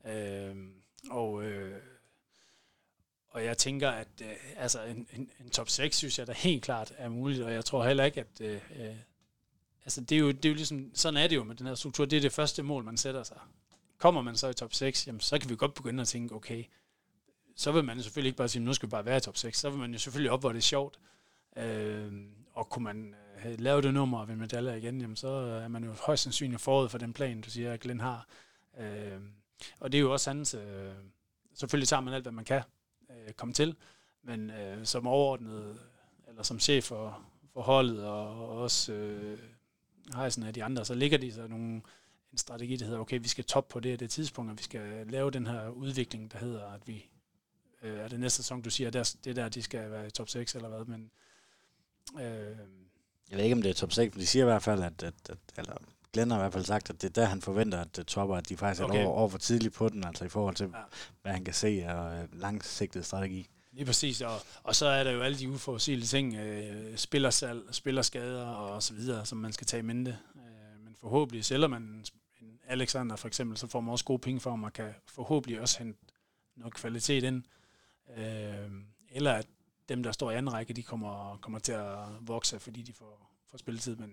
Og jeg tænker, at altså en top 6, synes jeg, der helt klart er muligt, og jeg tror heller ikke, at altså det er jo ligesom, sådan er det jo med den her struktur, det er det første mål, man sætter sig. Kommer man så i top 6, jamen, så kan vi godt begynde at tænke, okay, så vil man jo selvfølgelig ikke bare sige, nu skal vi bare være i top 6, så vil man jo selvfølgelig op, hvor det er sjovt. Og kunne man lave det nummer og vinde medaljer igen, jamen, så er man jo højst sandsynligt forud for den plan, du siger, at Glenn har. Og det er jo også hans, selvfølgelig tager man alt, hvad man kan komme til, men som overordnet, eller som chef for holdet, og også Heisen af de andre, så ligger de så en strategi, der hedder, okay, vi skal top på det tidspunkt, og vi skal lave den her udvikling, der hedder, at vi er det næste sæson, du siger, det der, de skal være i top 6 eller hvad, men jeg ved ikke, om det er top 6, men de siger i hvert fald, eller Glenn har i hvert fald sagt, at det er der, han forventer, at det topper, at de faktisk er over for tidligt på den, altså i forhold til, hvad han kan se og langsigtet strategi. Lige præcis, og så er der jo alle de uforudsigelige ting, spillersalg, spillerskader og så videre, som man skal tage i mente. Men forhåbentlig sælger man en Alexander for eksempel, så får man også gode penge for, og man kan forhåbentlig også hente noget kvalitet ind. Eller at dem, der står i anden række, de kommer til at vokse, fordi de får spilletid. Men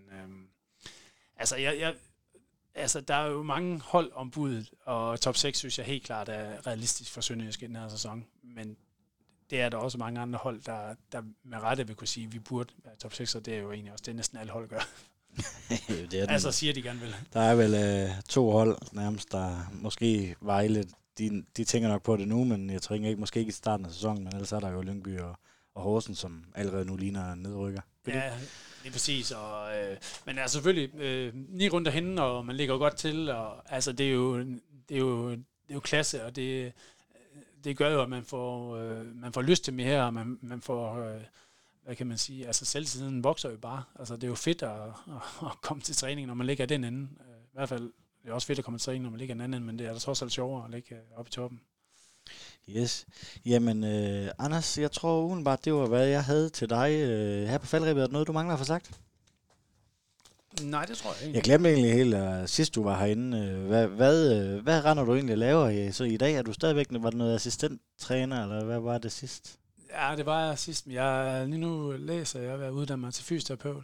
altså, der er jo mange hold om budet, og top 6 synes jeg helt klart er realistisk for Sønderjysk i den her sæson. Men det er der også mange andre hold, der med rette vil kunne sige, at vi burde være top 6, og det er jo egentlig også det, næsten alle hold gør. Det er altså siger de gerne vil. Der er vel 2 hold nærmest, der måske Vejle, de tænker nok på det nu, men jeg tror ikke, måske ikke i starten af sæsonen, men ellers er der jo Lyngby og Horsens, som allerede nu ligner nedrykker. Ja, det er præcis. Men altså selvfølgelig 9 runder henne, og man ligger godt til, og altså det er jo klasse, og det gør jo, at man får lyst til mere, og man får hvad kan man sige, altså selvtiden vokser jo bare. Altså det er jo fedt at komme til træning, når man ligger i den ende. I hvert fald det er også fedt at komme til træning, når man ligger i den anden ende, men det er da trods alt sjovere at ligge oppe i toppen. Yes. Jamen, Anders, jeg tror udenbart, det var, hvad jeg havde til dig her på faldrebet. Er det noget, du mangler at få sagt? Nej, det tror jeg ikke. Jeg glemte egentlig helt, sidst du var herinde. Hvad render du egentlig laver? Så i dag er du stadigvæk, var det noget assistenttræner, eller hvad var det sidst? Ja, det var jeg sidst. Lige nu læser jeg at være uddannet mig til fysioterapeut.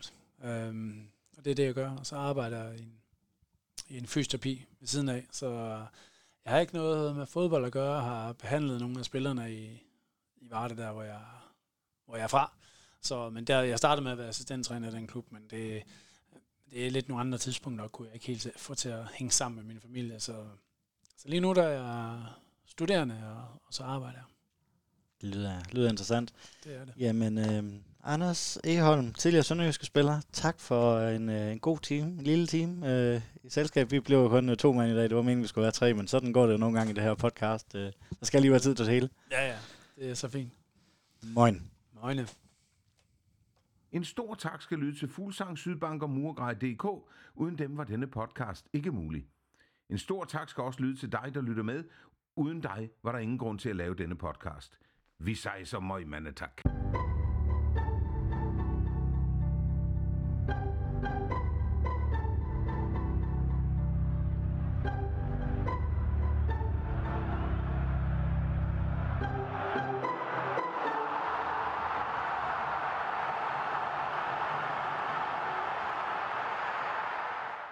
Og det er det, jeg gør. Og så arbejder jeg i en fysioterapi ved siden af. Så jeg har ikke noget med fodbold at gøre. Jeg har behandlet nogle af spillerne i Varde, der hvor jeg er fra. Så, men der, jeg startede med at være assistenttræner i den klub, men det er lidt nogle andre tidspunkter, kunne jeg ikke helt få til at hænge sammen med min familie. Så lige nu der er jeg studerende, og så arbejder jeg. Det lyder interessant. Det er det. Jamen, Anders Egholm, tidligere sønderjyske spiller, tak for en god time, en lille time i selskab. Vi blev kun 2 mand i dag, det var meningen, vi skulle være 3, men sådan går det jo nogle gange i det her podcast. Der skal lige være tid til det hele. Ja, det er så fint. Moin. Moine. En stor tak skal lyde til Fuglsang, Sydbank og Murgrej.dk. Uden dem var denne podcast ikke mulig. En stor tak skal også lyde til dig, der lytter med. Uden dig var der ingen grund til at lave denne podcast. Vi siger så meget, mandetak.